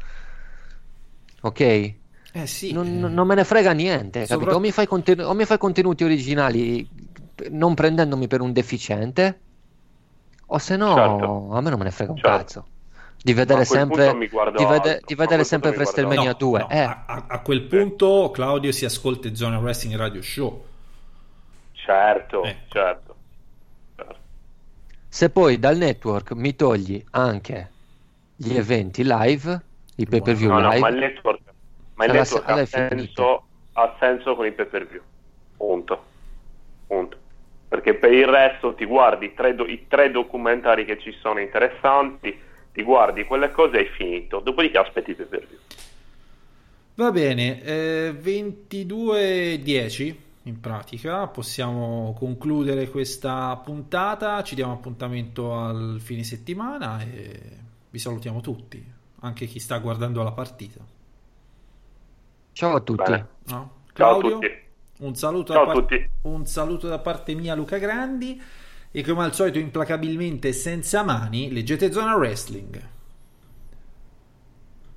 ok? Eh sì, non, eh. non me ne frega niente, capito? Sopra- O mi fai conten- o mi fai contenuti originali non prendendomi per un deficiente, o se no certo. a me non me ne frega un certo. cazzo di vedere sempre di, vede- di vedere sempre WrestleMania due. No, eh. a, a, a quel punto Claudio si ascolta il Zona Wrestling Radio Show. Certo, eh. certo, certo. Se poi dal network mi togli anche gli eventi live, i pay per view no, live, no, ma il network, ma il alla, network alla ha, senso, ha senso con i pay per view, punto, punto. Perché per il resto ti guardi tre do- i tre documentari che ci sono interessanti, ti guardi quelle cose e è finito, dopodiché aspetti i pay per view. Va bene, eh, ventidue e dieci in pratica, possiamo concludere questa puntata, ci diamo appuntamento al fine settimana e vi salutiamo tutti, anche chi sta guardando la partita. Ciao a tutti. No? Claudio, ciao a tutti. Un saluto, ciao da a par- tutti. un saluto da parte mia, Luca Grandi, e come al solito implacabilmente senza mani leggete Zona Wrestling.